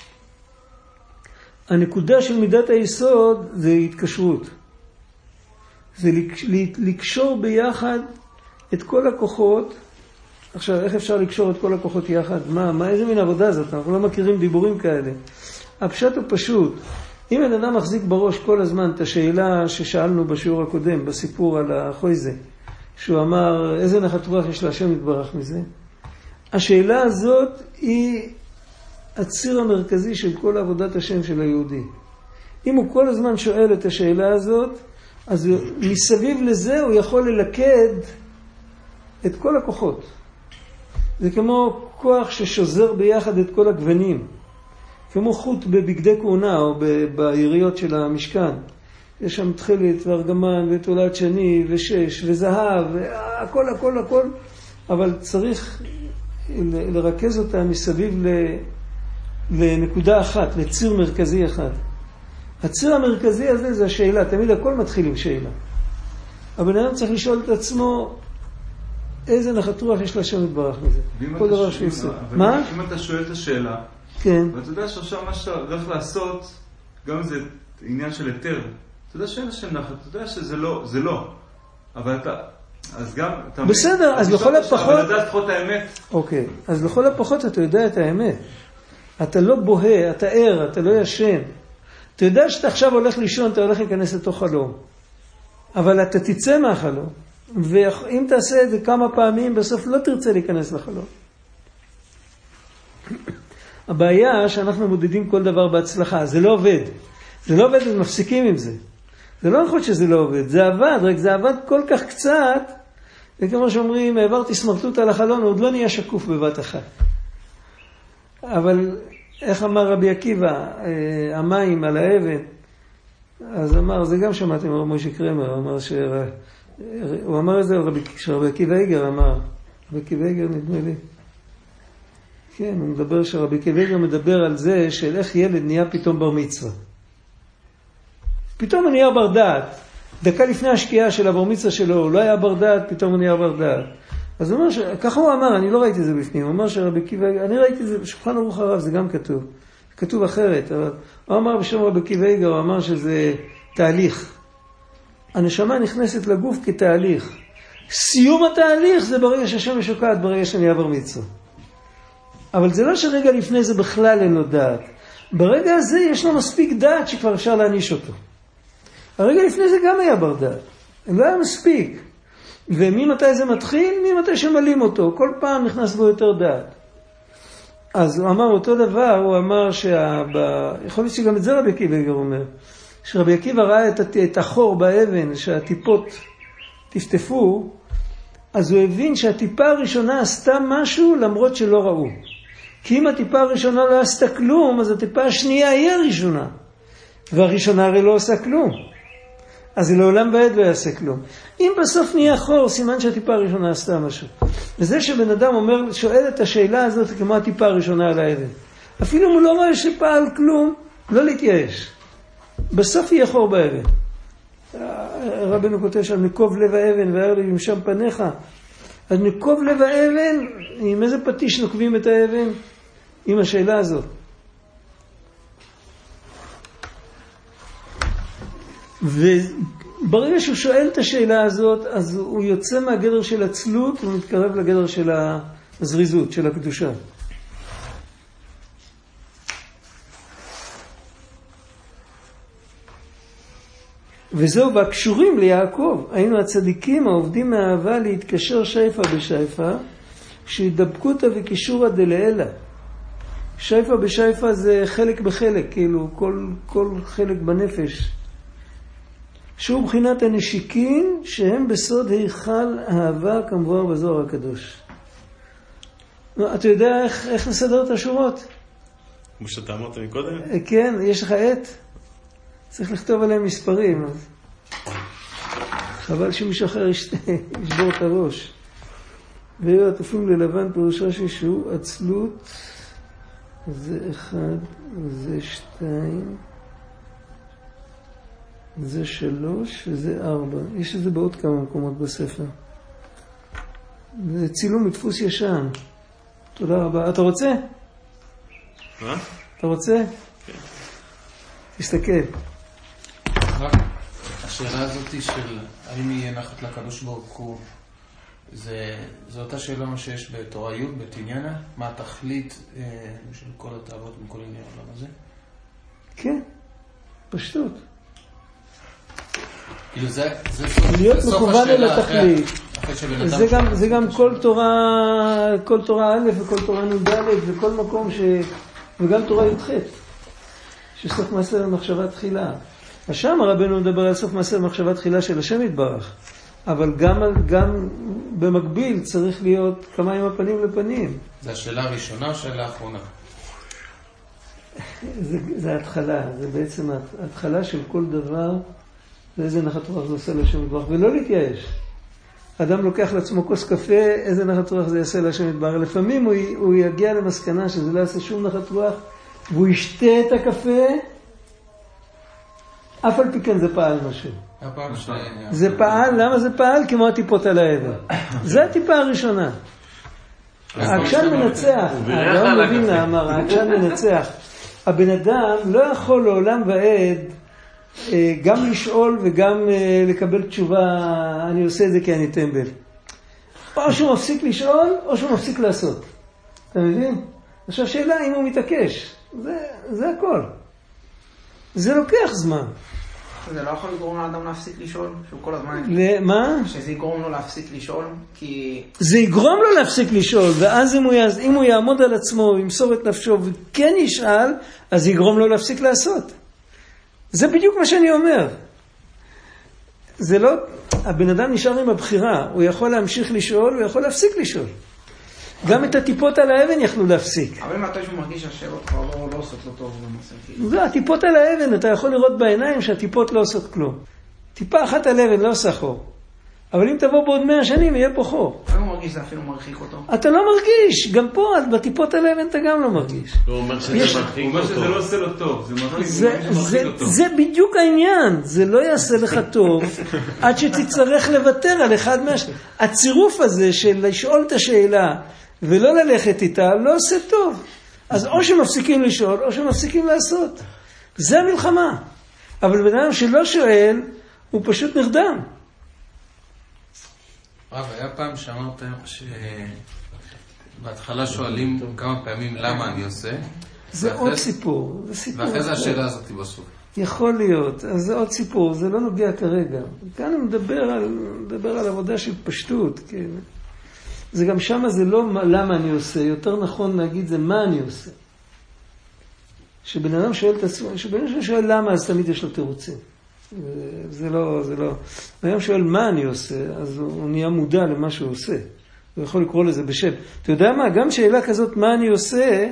הנקודה של מידת היסוד זה התקשרות. זה לקשור ביחד את כל הכוחות. עכשיו, איך אפשר לקשור את כל הכוחות יחד? מה, מה, איזה מין עבודה זאת? אנחנו לא מכירים דיבורים כאלה. הפשט הוא פשוט. אם בן אדם מחזיק בראש כל הזמן את השאלה ששאלנו בשיעור הקודם, בסיפור על החויזה, שהוא אמר, איזה נחת רוח יש להשם יתברך מזה? השאלה הזאת היא הציר המרכזי של כל עבודת השם של היהודי. אם הוא כל הזמן שואל את השאלה הזאת, אז מסביב לזה הוא יכול ללכד את כל הכוחות. זה כמו כוח ששוזר ביחד את כל הגוונים. כמו חוט בבגדי כהונה או ביריות של המשכן. יש שם תחילת וארגמן ותולת שני ושש וזהב, הכל הכל הכל, אבל צריך לרכז אותה מסביב לנקודה אחת, לציר מרכזי אחד. הציר המרכזי הזה זה השאלה, תמיד הכל מתחיל עם שאלה. הבן אדם צריך לשאול את עצמו איזה נחת רוח יש לשם יתברך מזה. כל דבר שהוא עושה. מה? אם אתה שואל את השאלה, כן. ואתה יודע שעכשיו מה שאתה הולך לעשות, גם זה עניין של היתר. אתה יודע שאין לשם נחת, אתה יודע שזה לא, זה לא. אבל אתה, אז גם... אתה בסדר, אז לכל הפחות... אבל לדעת פחות האמת. אוקיי, אז לכל הפחות אתה יודע את האמת. אתה לא בוהה, אתה ער, אתה לא ישן. אתה יודע שאתה עכשיו הולך לישון, אתה הולך להיכנס לתוך חלום. אבל אתה תצא מהחלום. ואם תעשה את זה כמה פעמים, בסוף לא תרצה להיכנס לחלום. הבעיה שאנחנו מודדים כל דבר בהצלחה, זה לא עובד. זה לא עובד, אז מפסיקים עם זה. זה לא נכון שזה לא עובד, זה עבד, רק זה עבד כל כך קצת, וכמו שאומרים, העברתי סמרטוט על החלון, הוא עוד לא נהיה שקוף בבת אחת. אבל איך אמר רבי עקיבא, המים על האבן, אז אמר, זה גם שמעתם רבי משה קרמר, אמר ש... הוא אמר את זה, שרבי עקיבא איגר אמר, רבי עקיבא איגר נדמה לי, כן, הוא מדבר, שרבי עקיבא איגר מדבר על זה, של איך ילד נהיה פתאום בר מצווה. פתאום הוא נהיה בר דעת. דקה לפני השקיעה של הבר מצווה שלו, הוא לא היה בר דעת, פתאום הוא נהיה בר דעת. אז הוא אומר, ש... ככה הוא אמר, אני לא ראיתי את זה בפנים, הוא אמר שרבי עקיבא, אני ראיתי את זה בשולחן ערוך הרב, זה גם כתוב. כתוב אחרת, אבל הוא אמר בשם רבי עקיבא איגר, הוא אמר שזה תהליך. הנשמה נכנסת לגוף כתהליך. סיום התהליך זה ברגע שהשם משוקעת, ברגע שנהיה בר מצווה. אבל זה לא שרגע לפני זה בכלל אין לו דעת. ברגע הזה יש לו מספיק דעת שכבר אפשר להניש אותו. הרגע לפני זה גם היה בר דעת. לא היה מספיק. וממתי זה מתחיל? ממתי שמלים אותו. כל פעם נכנס בו יותר דעת. אז הוא אמר אותו דבר, הוא אמר שהב... יכול להיות שגם את זה רבי עקיבא איגר אומר. שרבי עקיבא ראה את, את החור באבן, שהטיפות טפטפו, אז הוא הבין שהטיפה הראשונה עשתה משהו למרות שלא ראו. כי אם הטיפה הראשונה לא עשתה כלום, אז הטיפה השנייה היא הראשונה. והראשונה הרי לא עושה כלום. אז היא לעולם ועד לא יעשה כלום. אם בסוף נהיה חור, סימן שהטיפה הראשונה עשתה משהו. וזה שבן אדם אומר, שואל את השאלה הזאת כמו הטיפה הראשונה על האבן. אפילו אם הוא לא רואה שפעל כלום, לא להתייאש. בסוף יהיה חור באבן. רבנו כותב שם, נקוב לב האבן והר לי במשם פניך. אז נקוב לב האבן, עם איזה פטיש נוקבים את האבן? עם השאלה הזאת. וברגע שהוא שואל את השאלה הזאת, אז הוא יוצא מהגדר של עצלות, הוא מתקרב לגדר של הזריזות, של הקדושה. וזהו, והקשורים ליעקב, היינו הצדיקים העובדים מהאהבה להתקשר שייפה בשייפה, שהדבקותא וקישורא דלעילא. שייפה בשייפה זה חלק בחלק, כאילו כל, כל חלק בנפש. שהוא מבחינת הנשיקים שהם בסוד היכל אהבה כמבואר בזוהר הקדוש. אתה יודע איך, איך נסדר את השורות? כמו שאתה אמרת מקודם? כן, יש לך עת? צריך לכתוב עליהם מספרים. אז... חבל שמישהו אחר ישבור את הראש. והיו עטופים ללבן פירוש רש"י שהוא עצלות. זה אחד, זה שתיים, זה שלוש וזה ארבע. יש את זה בעוד כמה מקומות בספר. זה צילום מדפוס ישן. תודה רבה. אתה רוצה? מה? אתה רוצה? כן. תסתכל. השאלה הזאת של האם יהיה נחת לקדוש ברוך הוא, זה, זה אותה שאלה מה שיש בתורה י' בתניאנה, מה התכלית אה, של כל התאוות מכל עניין העולם הזה? כן, פשטות. כאילו זה, זה להיות סוף מקוון אל השאלה התכלית. אחרי, אחרי זה גם, זה גם כל תורה, כל תורה א' וכל תורה נ"ד וכל מקום ש... וגם תורה י"ח. שסוף מעשה למחשבה תחילה. אז שם הרבנו מדבר על סוף מעשה במחשבה תחילה של השם יתברך. אבל גם, גם במקביל צריך להיות כמה עם הפנים לפנים. זה השאלה הראשונה או השאלה האחרונה? זה, זה ההתחלה, זה בעצם ההתחלה של כל דבר, זה איזה נחת רוח זה עושה להשם יתברך, ולא להתייאש. אדם לוקח לעצמו כוס קפה, איזה נחת רוח זה יעשה להשם יתברך. לפעמים הוא, הוא יגיע למסקנה שזה לא יעשה שום נחת רוח, והוא ישתה את הקפה, אף על פי כן זה פעל משהו. זה פעל, למה זה פעל? כמו הטיפות על האבן. זה הטיפה הראשונה. העקשן מנצח, הרב מבינה אמר, העקשן מנצח. הבן אדם לא יכול לעולם ועד גם לשאול וגם לקבל תשובה, אני עושה את זה כי אני טמבל. או שהוא מפסיק לשאול, או שהוא מפסיק לעשות. אתה מבין? עכשיו שאלה אם הוא מתעקש. זה, זה הכל. זה לוקח זמן. זה לא יכול לגרום לאדם להפסיק לשאול? שהוא כל הזמן... למה? שזה יגרום לו להפסיק לשאול? כי... זה יגרום לו להפסיק לשאול, ואז אם הוא, יעז, אם הוא יעמוד על עצמו, ימסור את נפשו וכן ישאל, אז יגרום לו להפסיק לעשות. זה בדיוק מה שאני אומר. זה לא... הבן אדם נשאר עם הבחירה. הוא יכול להמשיך לשאול, הוא יכול להפסיק לשאול. גם את הטיפות על האבן יכלו להפסיק. אבל מתי שהוא מרגיש שהשאלות כבר לא, לא עושות לו טוב במעשה. זה, הטיפות על האבן, אתה יכול לראות בעיניים שהטיפות לא עושות כלום. טיפה אחת על אבן לא עושה חור. אבל אם תבוא בעוד מאה שנים, יהיה פה חור. אבל הוא מרגיש שזה אפילו מרחיק אותו. אתה לא מרגיש. גם פה, בטיפות על אבן אתה גם לא מרגיש. הוא אומר שזה מרחיק הוא אומר שזה לא עושה לו טוב. זה מרחיק זה, זה, אותו. זה בדיוק העניין. זה לא יעשה לך טוב עד שתצטרך לוותר על אחד מהש... הצירוף הזה של לשאול את השאלה ולא ללכת איתה, לא עושה טוב. אז או שמפסיקים לשאול, או שמפסיקים לעשות. זה המלחמה. אבל בן אדם שלא שואל, הוא פשוט נרדם. רב, היה פעם שאמרתם שבהתחלה שואלים כמה פעמים למה אני עושה. זה עוד סיפור. זה סיפור. ואחרי זה השאלה הזאת בסוף. יכול להיות. אז זה עוד סיפור. זה לא נוגע כרגע. כאן הוא מדבר על, מדבר על עבודה של פשטות. כן. זה גם שם זה לא למה אני עושה. יותר נכון להגיד זה מה אני עושה. שבן אדם שואל את עצמו, שבן אדם שואל למה, אז תמיד יש לו תירוצים. זה לא, זה לא. בן אדם שואל מה אני עושה, אז הוא נהיה מודע למה שהוא עושה. הוא יכול לקרוא לזה בשם. אתה יודע מה? גם שאלה כזאת מה אני עושה,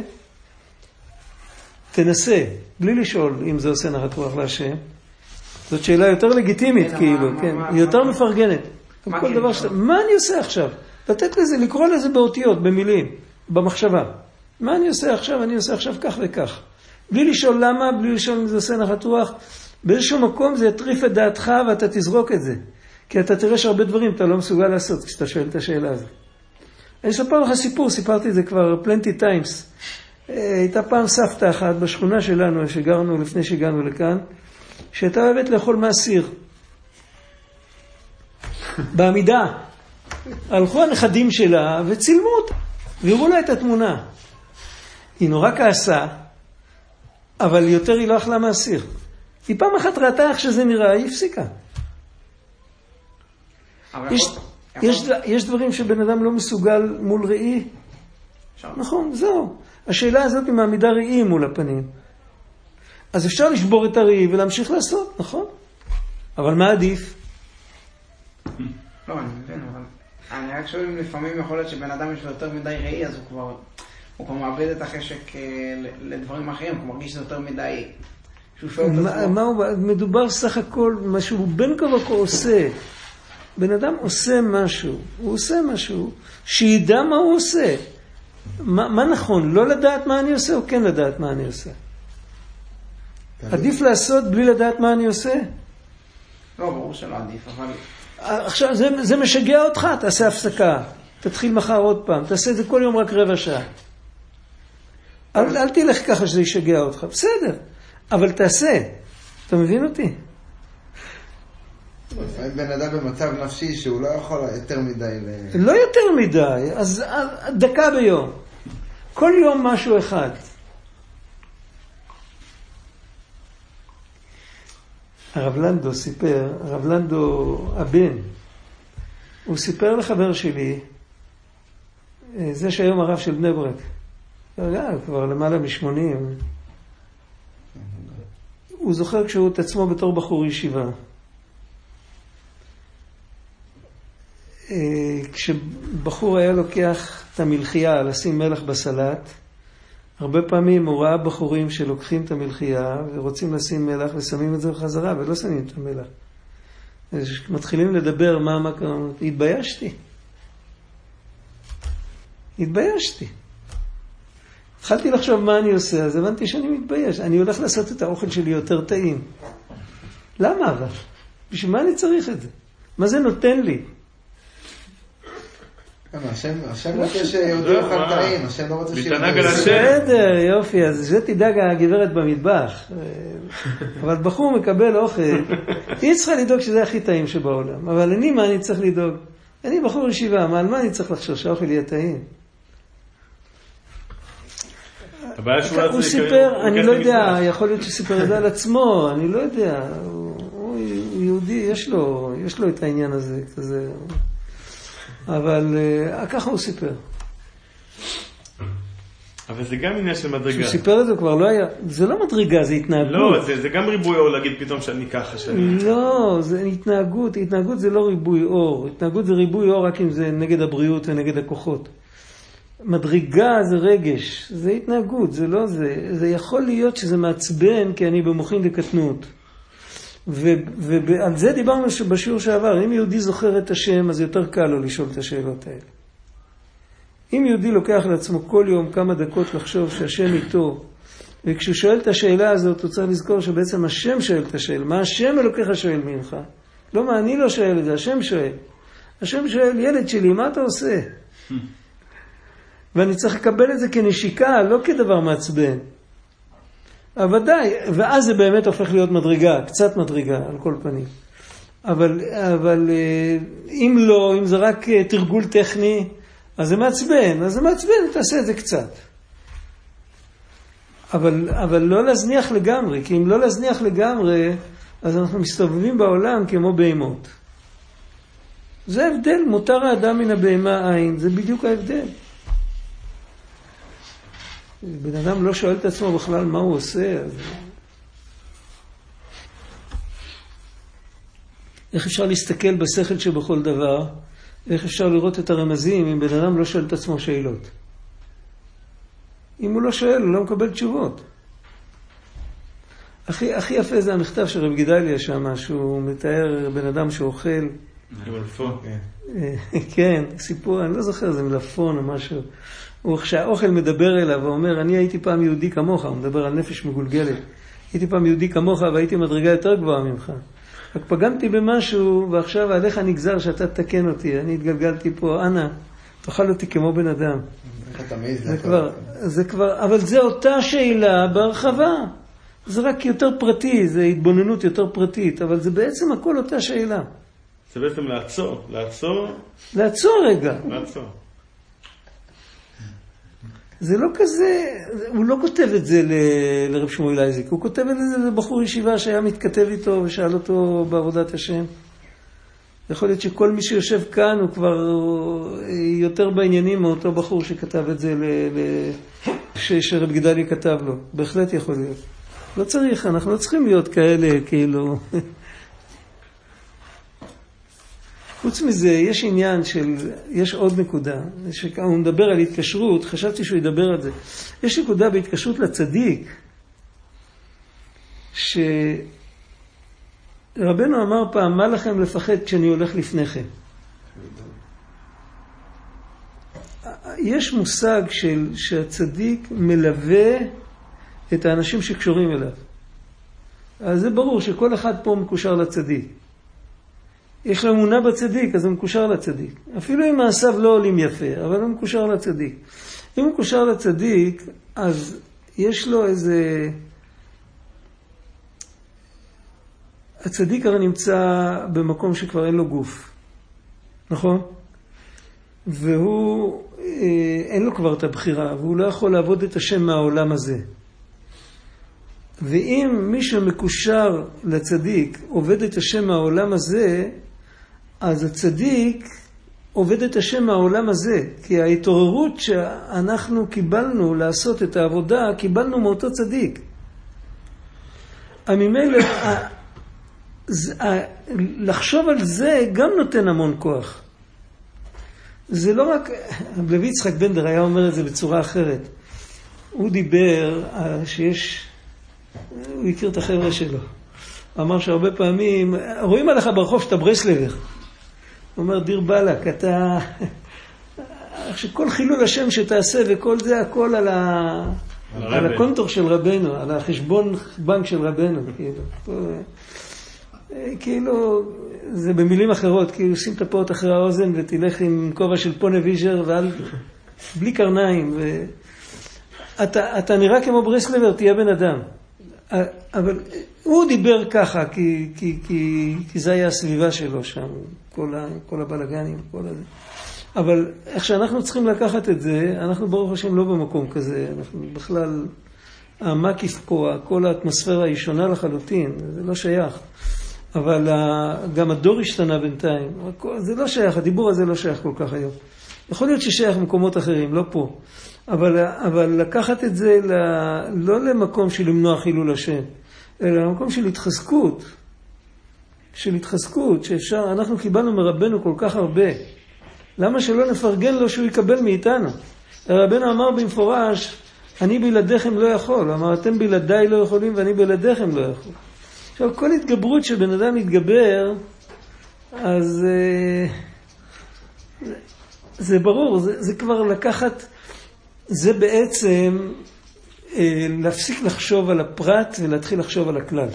תנסה, בלי לשאול אם זה עושה נחת רוח להשם. זאת שאלה יותר לגיטימית, כאילו, כן. היא יותר מפרגנת. כל דבר שאתה, מה אני עושה עכשיו? לתת לזה, לקרוא לזה באותיות, במילים, במחשבה. מה אני עושה עכשיו? אני עושה עכשיו כך וכך. בלי לשאול למה, בלי לשאול אם זה עושה נחת רוח. באיזשהו מקום זה יטריף את דעתך ואתה תזרוק את זה. כי אתה תראה שהרבה דברים אתה לא מסוגל לעשות כשאתה שואל את השאלה הזאת. אני אספר לך סיפור, סיפרתי את זה כבר plenty times. הייתה פעם סבתא אחת בשכונה שלנו, שגרנו לפני שהגענו לכאן, שהייתה אוהבת לאכול מהסיר. בעמידה. הלכו הנכדים שלה וצילמו אותה, והראו לה את התמונה. היא נורא כעסה, אבל יותר היא לא אכלה מהסיר. היא פעם אחת ראתה איך שזה נראה, היא הפסיקה. יש, יש, יש דברים שבן אדם לא מסוגל מול ראי. נכון, זהו. השאלה הזאת היא מעמידה ראי מול הפנים. אז אפשר לשבור את הראי ולהמשיך לעשות, נכון? אבל מה עדיף? לא, אני מבין, אבל אני רק שואל אם לפעמים יכול להיות שבן אדם יש לו יותר מדי ראי, אז הוא כבר, הוא כבר מאבד את החשק לדברים אחרים, הוא מרגיש שזה יותר מדי... מה, מה הוא, מדובר סך הכל, משהו בין כה וכה עושה. בן אדם עושה משהו, הוא עושה משהו, שידע מה הוא עושה. מה, מה נכון, לא לדעת מה אני עושה או כן לדעת מה אני עושה? עדיף לעשות בלי לדעת מה אני עושה? לא, ברור שלא עדיף, אבל... עכשיו, זה, זה משגע אותך, תעשה הפסקה, תתחיל מחר עוד פעם, תעשה את זה כל יום רק רבע שעה. אל, אל תלך ככה שזה ישגע אותך, בסדר. אבל תעשה, אתה מבין אותי? בן אדם במצב נפשי שהוא לא יכול יותר מדי... לא יותר מדי, אז דקה ביום. כל יום משהו אחד. הרב לנדו סיפר, הרב לנדו הבן, הוא סיפר לחבר שלי, זה שהיום הרב של בני ברק, כבר למעלה משמונים, הוא זוכר כשהוא את עצמו בתור בחור ישיבה. כשבחור היה לוקח את המלחייה, לשים מלח בסלט, הרבה פעמים הוא ראה בחורים שלוקחים את המלחייה ורוצים לשים מלח ושמים את זה בחזרה ולא שמים את המלח. מתחילים לדבר מה, מה קרה, התביישתי. התביישתי. התחלתי לחשוב מה אני עושה, אז הבנתי שאני מתבייש. אני הולך לעשות את האוכל שלי יותר טעים. למה אבל? בשביל מה אני צריך את זה? מה זה נותן לי? השם רוצה שיהודי אוכל טעים, השם לא רוצה שיהודי. בסדר, יופי, אז זה תדאג הגברת במטבח. אבל בחור מקבל אוכל, היא צריכה לדאוג שזה הכי טעים שבעולם. אבל אני, מה אני צריך לדאוג? אני בחור ישיבה, מה, על מה אני צריך לחשוב שהאוכל יהיה טעים? הוא סיפר, אני לא יודע, יכול להיות שסיפר את זה על עצמו, אני לא יודע. הוא יהודי, יש לו, יש לו את העניין הזה, כזה. אבל ככה הוא סיפר. אבל זה גם עניין של מדרגה. כשהוא סיפר את זה כבר לא היה, זה לא מדרגה, זה התנהגות. לא, זה, זה גם ריבוי אור להגיד פתאום שאני ככה שאני... לא, זה התנהגות, התנהגות זה לא ריבוי אור. התנהגות זה ריבוי אור רק אם זה נגד הבריאות ונגד הכוחות. מדרגה זה רגש, זה התנהגות, זה לא זה. זה יכול להיות שזה מעצבן כי אני במוחין לקטנות. ועל זה דיברנו בשיעור שעבר, אם יהודי זוכר את השם, אז יותר קל לו לשאול את השאלות האלה. אם יהודי לוקח לעצמו כל יום כמה דקות לחשוב שהשם איתו, וכשהוא שואל את השאלה הזאת, הוא צריך לזכור שבעצם השם שואל את השאלה. מה השם אלוקיך שואל ממך? לא מה, אני לא שואל את זה, השם שואל. השם שואל, ילד שלי, מה אתה עושה? ואני צריך לקבל את זה כנשיקה, לא כדבר מעצבן. אבל ודאי, ואז זה באמת הופך להיות מדרגה, קצת מדרגה על כל פנים. אבל, אבל אם לא, אם זה רק תרגול טכני, אז זה מעצבן, אז זה מעצבן, תעשה את זה קצת. אבל, אבל לא להזניח לגמרי, כי אם לא להזניח לגמרי, אז אנחנו מסתובבים בעולם כמו בהמות. זה ההבדל, מותר האדם מן הבהמה עין, זה בדיוק ההבדל. בן אדם לא שואל את עצמו בכלל מה הוא עושה. אז... איך אפשר להסתכל בשכל שבכל דבר? איך אפשר לראות את הרמזים אם בן אדם לא שואל את עצמו שאלות? אם הוא לא שואל, הוא לא מקבל תשובות. הכי, הכי יפה זה המכתב של רב גדליה שם, שהוא מתאר בן אדם שאוכל. מלפון. כן, סיפור, אני לא זוכר, זה מלפון או משהו. הוא כשהאוכל מדבר אליו ואומר, אני הייתי פעם יהודי כמוך, הוא מדבר על נפש מגולגלת. הייתי פעם יהודי כמוך והייתי מדרגה יותר גבוהה ממך. רק פגמתי במשהו ועכשיו עליך נגזר שאתה תתקן אותי. אני התגלגלתי פה, אנא, תאכל אותי כמו בן אדם. זה כבר, זה כבר, אבל זה אותה שאלה בהרחבה. זה רק יותר פרטי, זה התבוננות יותר פרטית, אבל זה בעצם הכל אותה שאלה. זה בעצם לעצור, לעצור. לעצור רגע. לעצור. זה לא כזה, הוא לא כותב את זה ל- לרב שמואל אייזיק, הוא כותב את זה לבחור ישיבה שהיה מתכתב איתו ושאל אותו בעבודת השם. יכול להיות שכל מי שיושב כאן הוא כבר יותר בעניינים מאותו בחור שכתב את זה, ל- ל- ש- שרב גדליה כתב לו. בהחלט יכול להיות. לא צריך, אנחנו לא צריכים להיות כאלה, כאילו... חוץ מזה, יש עניין של, יש עוד נקודה, הוא מדבר על התקשרות, חשבתי שהוא ידבר על זה. יש נקודה בהתקשרות לצדיק, שרבנו אמר פעם, מה לכם לפחד כשאני הולך לפניכם? יש מושג של, שהצדיק מלווה את האנשים שקשורים אליו. אז זה ברור שכל אחד פה מקושר לצדיק. יש לו אמונה בצדיק, אז הוא מקושר לצדיק. אפילו אם מעשיו לא עולים יפה, אבל הוא מקושר לצדיק. אם הוא מקושר לצדיק, אז יש לו איזה... הצדיק הרי נמצא במקום שכבר אין לו גוף. נכון? והוא, אין לו כבר את הבחירה, והוא לא יכול לעבוד את השם מהעולם הזה. ואם מישהו מקושר לצדיק, עובד את השם מהעולם הזה, אז הצדיק עובד את השם מהעולם הזה, כי ההתעוררות שאנחנו קיבלנו לעשות את העבודה, קיבלנו מאותו צדיק. ממילא, לחשוב על זה גם נותן המון כוח. זה לא רק, לוי יצחק בנדר היה אומר את זה בצורה אחרת. הוא דיבר שיש, הוא הכיר את החבר'ה שלו. הוא אמר שהרבה פעמים, רואים עליך ברחוב שאתה ברסלבר. הוא אומר, דיר בלק, אתה, שכל חילול השם שתעשה וכל זה, הכל על, ה... על הקונטור של רבנו, על החשבון בנק של רבנו. כאילו, פה, כאילו זה במילים אחרות, כאילו שים את הפעות אחרי האוזן ותלך עם כובע של פונה ויז'ר ועל, בלי קרניים. ו... אתה, אתה נראה כמו ברסלבר, תהיה בן אדם. אבל הוא דיבר ככה, כי, כי, כי, כי זה היה הסביבה שלו שם, כל, ה, כל הבלגנים, כל הזה. אבל איך שאנחנו צריכים לקחת את זה, אנחנו ברוך השם לא במקום כזה, אנחנו בכלל, המקיף פה, כל האטמוספירה היא שונה לחלוטין, זה לא שייך. אבל גם הדור השתנה בינתיים, זה לא שייך, הדיבור הזה לא שייך כל כך היום. יכול להיות ששייך במקומות אחרים, לא פה. אבל, אבל לקחת את זה לא למקום של למנוע חילול השם, אלא למקום של התחזקות, של התחזקות, שאפשר, אנחנו קיבלנו מרבנו כל כך הרבה. למה שלא נפרגן לו שהוא יקבל מאיתנו? רבנו אמר במפורש, אני בלעדיכם לא יכול. אמר, אתם בלעדיי לא יכולים ואני בלעדיכם לא יכול. עכשיו, כל התגברות שבן אדם מתגבר, אז זה ברור, זה, זה כבר לקחת, זה בעצם להפסיק לחשוב על הפרט ולהתחיל לחשוב על הכלל.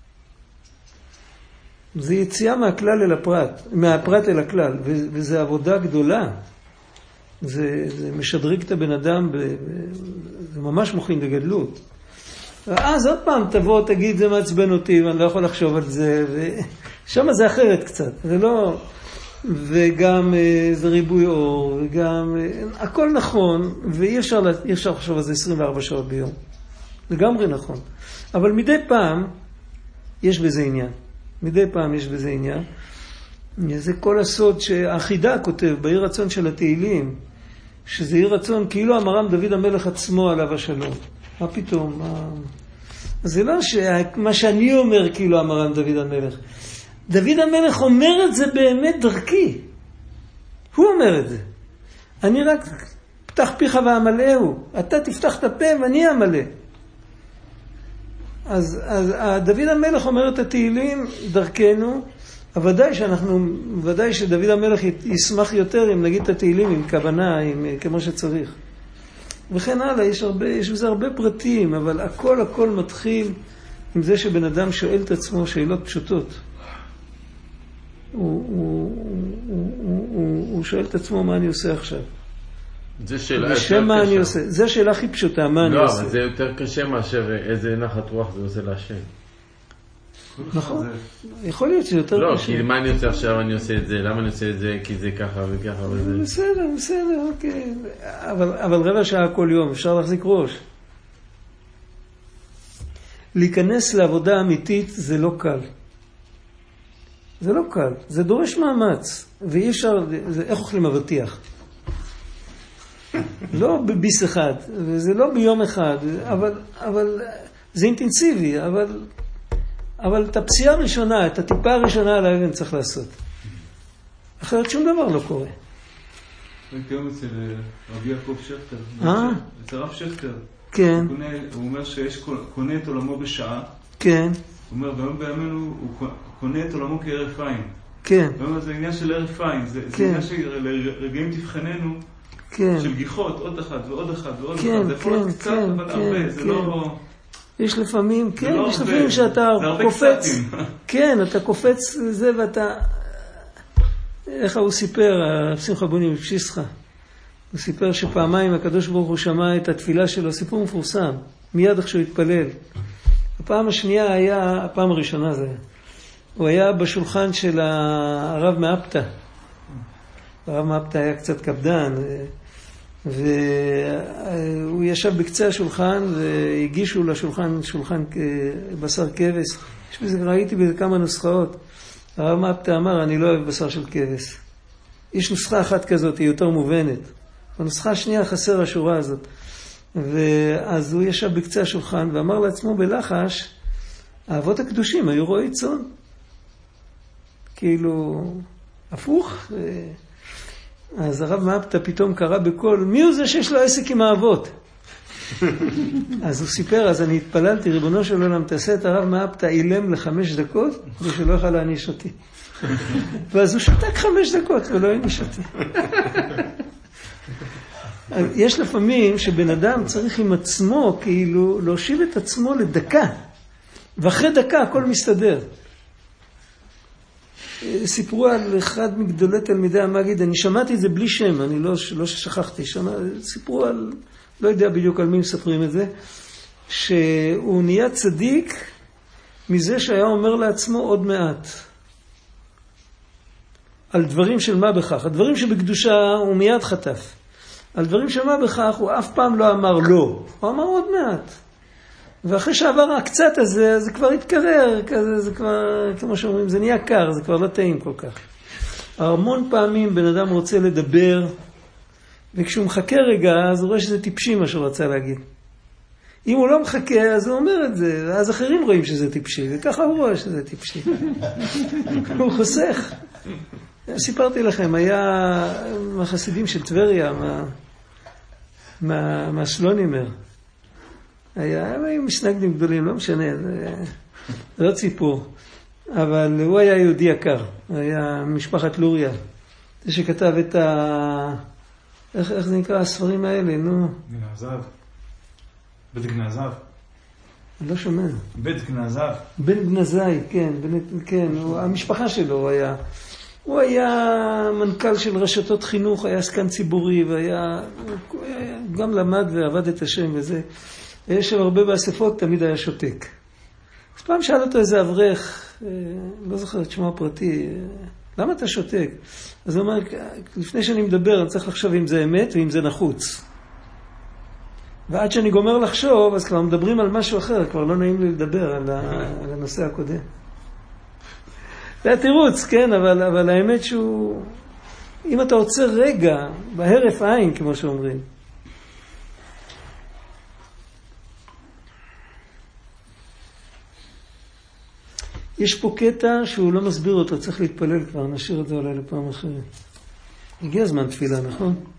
זה יציאה מהכלל אל הפרט, מהפרט אל הכלל, וזה עבודה גדולה. זה, זה משדרג את הבן אדם, ב, ב, זה ממש מוכין לגדלות. אז עוד פעם תבוא, תגיד, זה מעצבן אותי, ואני לא יכול לחשוב על זה, ושם זה אחרת קצת. זה לא, וגם זה ריבוי אור, וגם, הכל נכון, ואי אפשר, אי אפשר לחשוב על זה עשרים וארבע שעות ביום. לגמרי נכון. אבל מדי פעם, יש בזה עניין. מדי פעם יש בזה עניין. זה כל הסוד שהחידה כותב, בעיר רצון של התהילים, שזה עיר רצון, כאילו המר"ם דוד המלך עצמו עליו השלום. מה פתאום? מה... זה לא ש... מה שאני אומר כאילו המר"ם דוד המלך. דוד המלך אומר את זה באמת דרכי. הוא אומר את זה. אני רק פתח פיך ואמלאהו. אתה תפתח את הפה ואני אמלא. אז, אז דוד המלך אומר את התהילים דרכנו, ודאי שאנחנו, ודאי שדוד המלך ישמח יותר אם נגיד את התהילים עם כוונה, עם, כמו שצריך. וכן הלאה, יש הרבה, יש בזה הרבה פרטים, אבל הכל הכל מתחיל עם זה שבן אדם שואל את עצמו שאלות פשוטות. הוא, הוא, הוא, הוא, הוא, הוא שואל את עצמו מה אני עושה עכשיו. זה שאלה יותר קשה. מה אני עושה? זה השאלה הכי פשוטה, מה אני עושה. לא, אבל זה יותר קשה מאשר איזה נחת רוח זה עושה להשם. נכון, יכול להיות שזה יותר קשה. לא, קשה. כי מה אני עושה עכשיו, אני עושה את זה, למה אני עושה את זה, כי זה ככה וככה וזה. בסדר, בסדר, אוקיי. אבל, אבל רבע שעה כל יום, אפשר להחזיק ראש. להיכנס לעבודה אמיתית זה לא קל. זה לא קל, זה דורש מאמץ. ואי אפשר, זה, איך אוכלים אבטיח? לא בביס אחד, וזה לא ביום אחד, אבל, אבל זה אינטנסיבי, אבל, אבל את הפציעה הראשונה, את הטיפה הראשונה על האבן צריך לעשות. אחרת שום דבר לא קורה. הייתי היום אצל רבי יעקב שכטר. אה? אצל רב שכטר. כן. הוא אומר שיש קונה את עולמו בשעה. כן. הוא אומר, והיום בימינו הוא קונה את עולמו כערף עין. כן. הוא אומר, זה עניין של ערף עין. זה עניין שלרגעים תבחננו. כן. של גיחות, עוד אחד ועוד אחד ועוד כן, אחד. זה יכול להיות קצת, כן, אבל כן, הרבה. זה כן. לא... יש לפעמים, כן, לא יש הרבה. לפעמים שאתה קופץ. קצתים. כן, אתה קופץ לזה ואתה... איך הוא סיפר, שמחה בוני מפשיסחה. הוא סיפר שפעמיים הקדוש ברוך הוא שמע את התפילה שלו, סיפור מפורסם, מיד איך שהוא התפלל. הפעם השנייה היה, הפעם הראשונה זה היה, הוא היה בשולחן של הרב מאפתא. הרב מאפתא היה קצת קפדן, והוא ישב בקצה השולחן והגישו לשולחן שולחן בשר כבש. יש בזה, ראיתי בזה כמה נוסחאות. הרב מאפתא אמר, אני לא אוהב בשר של כבש. יש נוסחה אחת כזאת, היא יותר מובנת. בנוסחה השנייה חסר השורה הזאת. ואז הוא ישב בקצה השולחן ואמר לעצמו בלחש, האבות הקדושים היו רועי צאן. כאילו, הפוך. אז הרב מאפתא פתאום קרא בקול, מי הוא זה שיש לו עסק עם האבות? אז הוא סיפר, אז אני התפללתי, ריבונו של עולם, תעשה את הרב מאפתא אילם לחמש דקות, כדי שלא יוכל להעניש אותי. ואז הוא שתק חמש דקות ולא העניש אותי. יש לפעמים שבן אדם צריך עם עצמו, כאילו, להושיב את עצמו לדקה, ואחרי דקה הכל מסתדר. סיפרו על אחד מגדולי תלמידי המגיד, אני שמעתי את זה בלי שם, אני לא, לא שכחתי, שמע, סיפרו על, לא יודע בדיוק על מי מספרים את זה, שהוא נהיה צדיק מזה שהיה אומר לעצמו עוד מעט. על דברים של מה בכך, הדברים שבקדושה הוא מיד חטף. על דברים של מה בכך הוא אף פעם לא אמר לא, הוא אמר עוד מעט. ואחרי שעבר הקצת הזה, זה כבר התקרר, כזה, זה כבר, כמו שאומרים, זה נהיה קר, זה כבר לא טעים כל כך. המון פעמים בן אדם רוצה לדבר, וכשהוא מחכה רגע, אז הוא רואה שזה טיפשי מה שהוא רצה להגיד. אם הוא לא מחכה, אז הוא אומר את זה, ואז אחרים רואים שזה טיפשי, וככה הוא רואה שזה טיפשי. הוא חוסך. סיפרתי לכם, היה מהחסידים של טבריה, מה, מה, מהשלונימר. היה, היו משנגדים גדולים, לא משנה, זה לא ציפור. אבל הוא היה יהודי יקר, היה משפחת לוריה. זה שכתב את ה... איך, איך זה נקרא הספרים האלה, נו? גנזב. בית גנזב. אני לא שומע. בית גנזב. בן גנזי, כן, בן, כן, הוא, המשפחה שלו היה... הוא היה מנכ"ל של רשתות חינוך, היה עסקן ציבורי, והיה... הוא היה, גם למד ועבד את השם וזה. יש שם הרבה באספות, תמיד היה שותק. אז פעם שאל אותו איזה אברך, לא זוכר את שמו הפרטי, למה אתה שותק? אז הוא אומר, לפני שאני מדבר, אני צריך לחשוב אם זה אמת ואם זה נחוץ. ועד שאני גומר לחשוב, אז כבר מדברים על משהו אחר, כבר לא נעים לי לדבר על, ה, על הנושא הקודם. זה התירוץ, כן, אבל, אבל האמת שהוא, אם אתה עוצר רגע, בהרף עין, כמו שאומרים, יש פה קטע שהוא לא מסביר אותו, צריך להתפלל כבר, נשאיר את זה אולי לפעם אחרת. הגיע זמן תפילה, נכון?